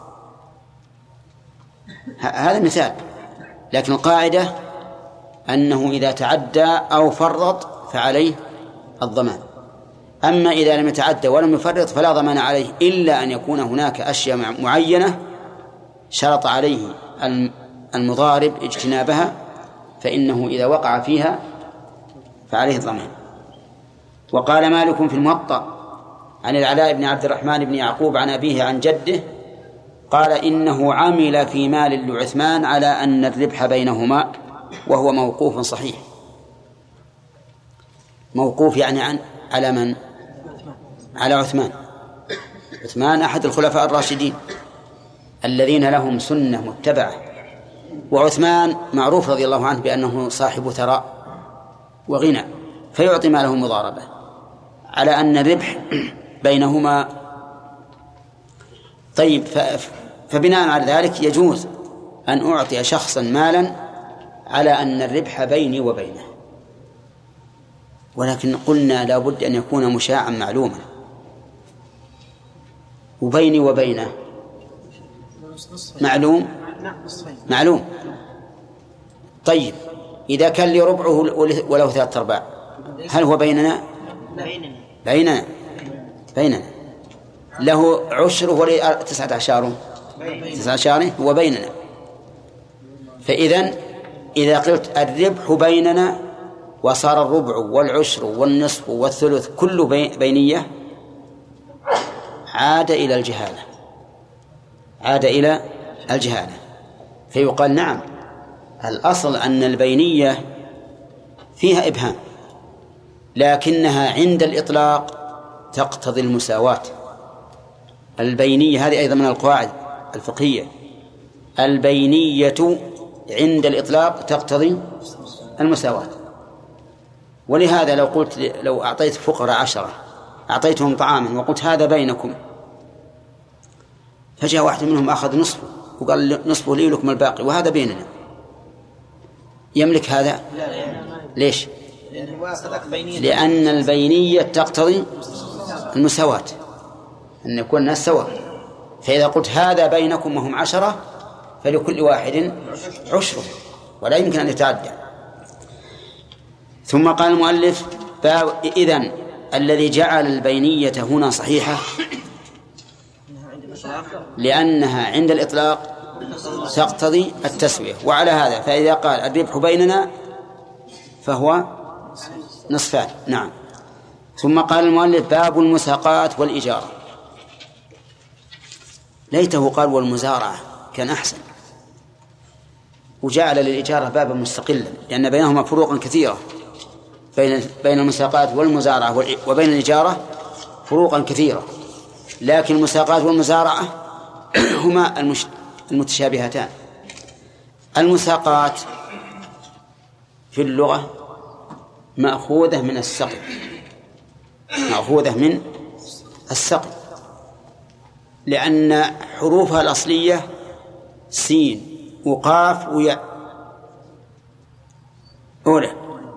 هذا مثال، لكن القاعدة أنه إذا تعدى أو فرط فعليه الضمان. أما إذا لم يتعدى ولم يفرط فلا ضمان عليه، إلا أن يكون هناك أشياء معينة شرط عليه المضارب اجتنابها، فإنه إذا وقع فيها فعليه الضمان. وقال مالك في الموطأ عن العلاء بن عبد الرحمن بن يعقوب عن أبيه عن جده قال إنه عمل في مال لعثمان على أن الربح بينهما، وهو موقوف صحيح. موقوف يعني على من؟ على عثمان. عثمان أحد الخلفاء الراشدين الذين لهم سنة متبعة، وعثمان معروف رضي الله عنه بأنه صاحب ثراء وغنى، فيعطي ماله مضاربة على أن الربح بينهما. طيب، فبناء على ذلك يجوز أن أعطي شخصا مالا على أن الربح بيني وبينه، ولكن قلنا لا بد أن يكون مشاعا معلوما، وبيني وبينه معلوم. طيب، إذا كان لي ربعه وله 3/4 هل هو بيننا؟ بيننا. له عشره ولا 19 هو بيننا. إذا قلت الربح بيننا وصار الربع والعشر والنصف والثلث كله بينية، عاد إلى الجهالة. فيقال نعم، الأصل أن البينية فيها إبهام، لكنها عند الإطلاق تقتضي المساواة. البينية هذه أيضا من القواعد الفقهية، البينية عند الإطلاق تقتضي المساواة. ولهذا لو أعطيت فقراء 10 أعطيتهم طعاما وقلت هذا بينكم، فجاء واحد منهم أخذ نصفه وقال نصفه لي لكم الباقي وهذا بيننا، يملك هذا؟ ليش؟ لأن البينية تقتضي المساواة، أن يكون الناس سواء. فإذا قلت هذا بينكم وهم 10 فلكل واحد عشره، ولا يمكن أن يتعدى. ثم قال المؤلف: إذن الذي جعل البينية هنا صحيحة لأنها عند الإطلاق تقتضي التسوية. وعلى هذا فإذا قال الربح بيننا فهو نصفان. نعم. ثم قال المؤلف: باب المساقات والإجارة. ليته قال والمزارعة كان أحسن، وجعل للإجارة بابا مستقلا، لأن بينهما فروقا كثيرة، بين المساقات والمزارعة وبين الإجارة فروقا كثيرة، لكن المساقات والمزارعة هما المتشابهتان. المساقات في اللغة مأخوذة من السقي، لأن حروفها الأصلية سين وقاف وياء أولى.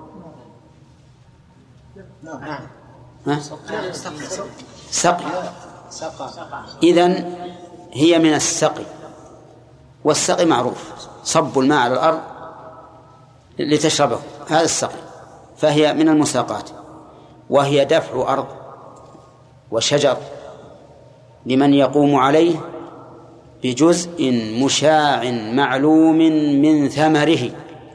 سقي، إذن هي من السقي، والسقي معروف صب الماء على الأرض لتشربه، هذا السقي. فهي من المساقات، وهي دفع أرض وشجر لمن يقوم عليه بجزء مشاع معلوم من ثمره.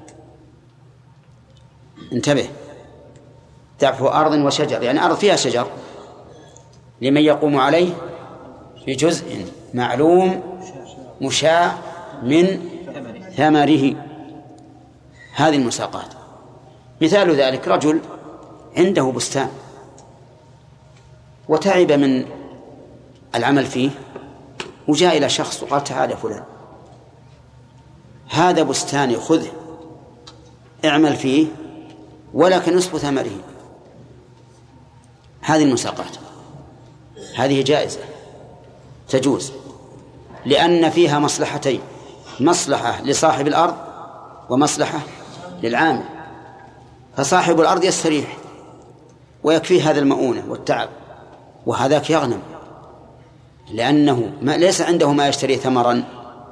انتبه، دفع أرض وشجر يعني أرض فيها شجر لمن يقوم عليه بجزء معلوم مشاع من ثمره، هذه المساقات. مثال ذلك رجل عنده بستان وتعب من العمل فيه، وجاء إلى شخص وقال تعال يا فلان هذا بستاني خذه اعمل فيه ولك نصف ثمره. هذه المساقات هذه جائزة تجوز، لأن فيها مصلحتين: مصلحة لصاحب الأرض ومصلحة للعامل. فصاحب الأرض يستريح ويكفيه هذا المؤونة والتعب، وهذاك يغنم لأنه ليس عنده ما يشتري ثمرا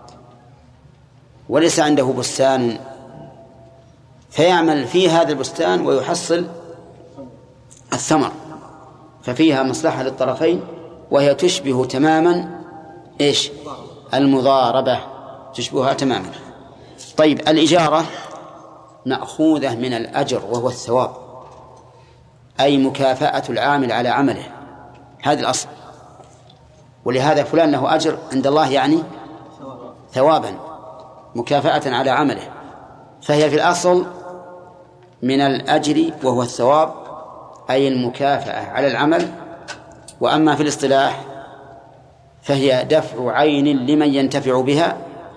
وليس عنده بستان، فيعمل في هذا البستان ويحصل الثمر، ففيها مصلحة للطرفين، وهي تشبه تماما إيش؟ المضاربة، تشبهها تماما. طيب الإجارة مأخوذة من الأجر وهو الثواب، أي مكافأة العامل على عمله، هذا الأصل. ولهذا فلان له أجر عند الله يعني ثوابا مكافأة على عمله، فهي في الأصل من الأجر وهو الثواب، أي المكافأة على العمل. وأما في الاصطلاح فهي دفع عين لمن ينتفع بها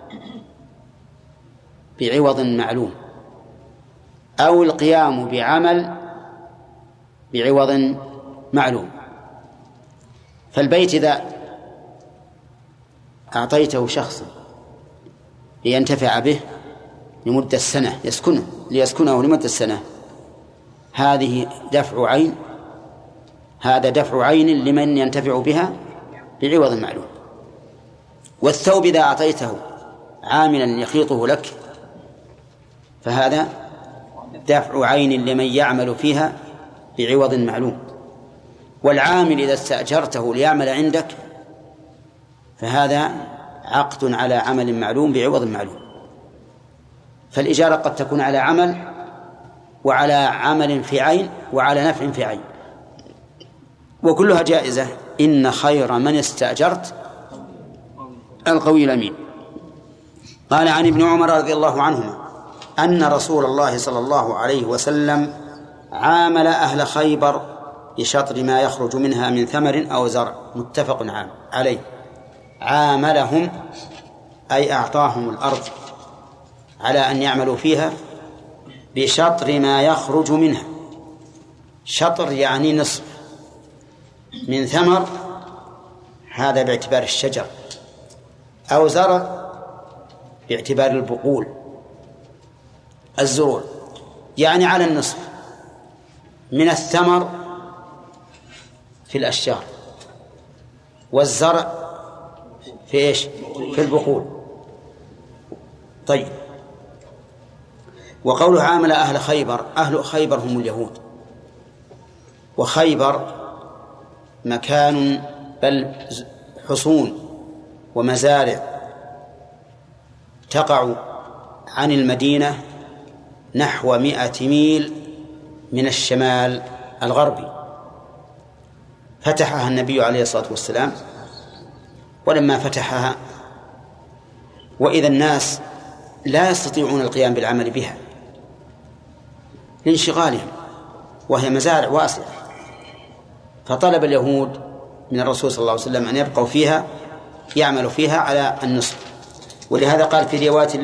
بعوض معلوم، أو القيام بعمل بعوض معلوم. فالبيت إذا أعطيته شخصا لينتفع به لمدة السنة ليسكنه لمدة السنة، هذه دفع عين، هذا دفع عين لمن ينتفع بها بعوض معلوم. والثوب إذا أعطيته عاملا يخيطه لك فهذا دفع عين لمن يعمل فيها بعوض معلوم. والعامل إذا استأجرته ليعمل عندك فهذا عقد على عمل معلوم بعوض معلوم. فالإجارة قد تكون على عمل وعلى عمل في عين وعلى نفع في عين، وكلها جائزة. إن خير من استأجرت القوي الأمين. قال عن ابن عمر رضي الله عنهما أن رسول الله صلى الله عليه وسلم عامل أهل خيبر بشطر ما يخرج منها من ثمر أو زرع، متفق عليه. عاملهم أي أعطاهم الأرض على أن يعملوا فيها بشطر ما يخرج منها. شطر يعني نصف، من ثمر هذا باعتبار الشجر، أو زرع باعتبار البقول الزروع، يعني على النصف من الثمر في الأشجار، والزرع في إيش؟ في البقول. طيب، وقوله عامل أهل خيبر، أهل خيبر هم اليهود، وخيبر مكان بل حصون ومزارع تقع عن المدينة نحو 100 ميل من الشمال الغربي. فتحها النبي عليه الصلاة والسلام، ولما فتحها وإذا الناس لا يستطيعون القيام بالعمل بها لانشغالهم، وهي مزارع واسعة، فطلب اليهود من الرسول صلى الله عليه وسلم أن يبقوا فيها يعملوا فيها على النصف. ولهذا قال في رواية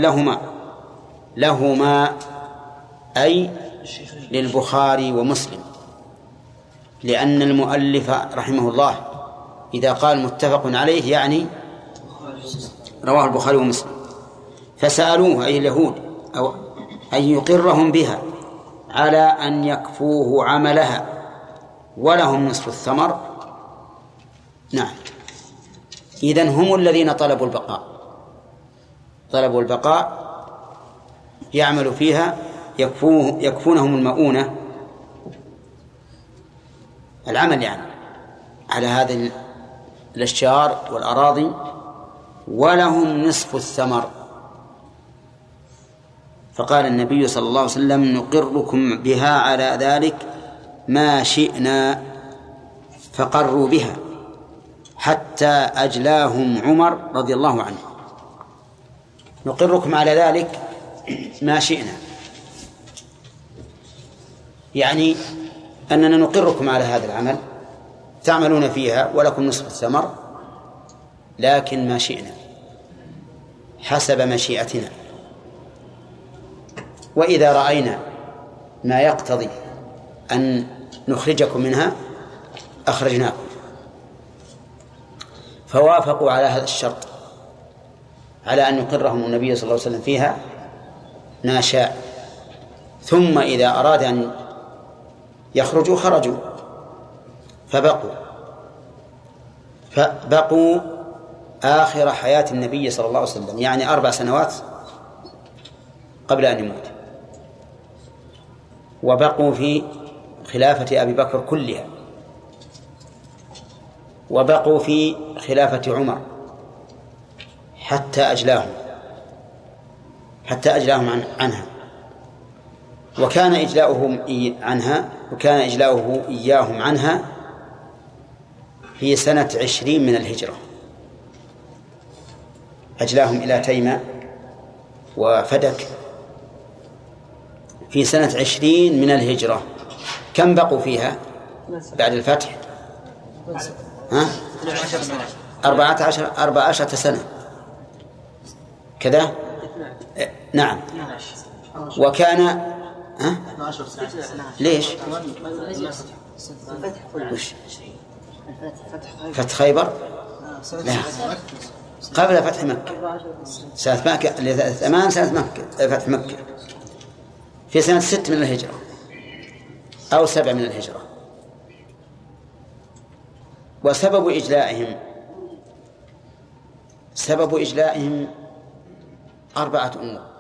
لهما أي للبخاري ومسلم، لأن المؤلف رحمه الله إذا قال متفق عليه يعني رواه البخاري ومسلم. فسألوه أي اليهود أو أن يقرهم بها على أن يكفوه عملها ولهم نصف الثمر. نعم، إذن هم الذين طلبوا البقاء يعمل فيها يكفونهم المؤونة العمل يعني على هذه الأشجار والأراضي، ولهم نصف الثمر. فقال النبي صلى الله عليه وسلم نقركم بها على ذلك ما شئنا، فقروا بها حتى أجلاهم عمر رضي الله عنه. نقركم على ذلك ما شئنا، يعني أننا نقركم على هذا العمل تعملون فيها ولكم نصف الثمر، لكن ما شئنا حسب مشيئتنا، وإذا رأينا ما يقتضي أن نخرجكم منها أخرجناكم. فوافقوا على هذا الشرط، على أن يقرهم النبي صلى الله عليه وسلم فيها ما شاء، ثم إذا أراد أن يخرجوا خرجوا، فبقوا آخر حياة النبي صلى الله عليه وسلم، يعني 4 سنوات قبل أن يموت، وبقوا في خلافة أبي بكر كلها، وبقوا في خلافة عمر حتى أجلاهم عنها، وكان إجلاؤه إياهم عنها في سنة 20 من الهجرة، أجلاهم إلى تيمة وفدك في سنة 20 من الهجرة. كم بقوا فيها بعد الفتح؟ 14 سنة كذا. نعم. وكان ليش؟ فتح خيبر؟ لا، قبل فتح مكة، سنة مكة 8 سنة مكة فتح مكة، في سنة 6 من الهجرة أو 7 من الهجرة. وسبب إجلائهم 4 أمور.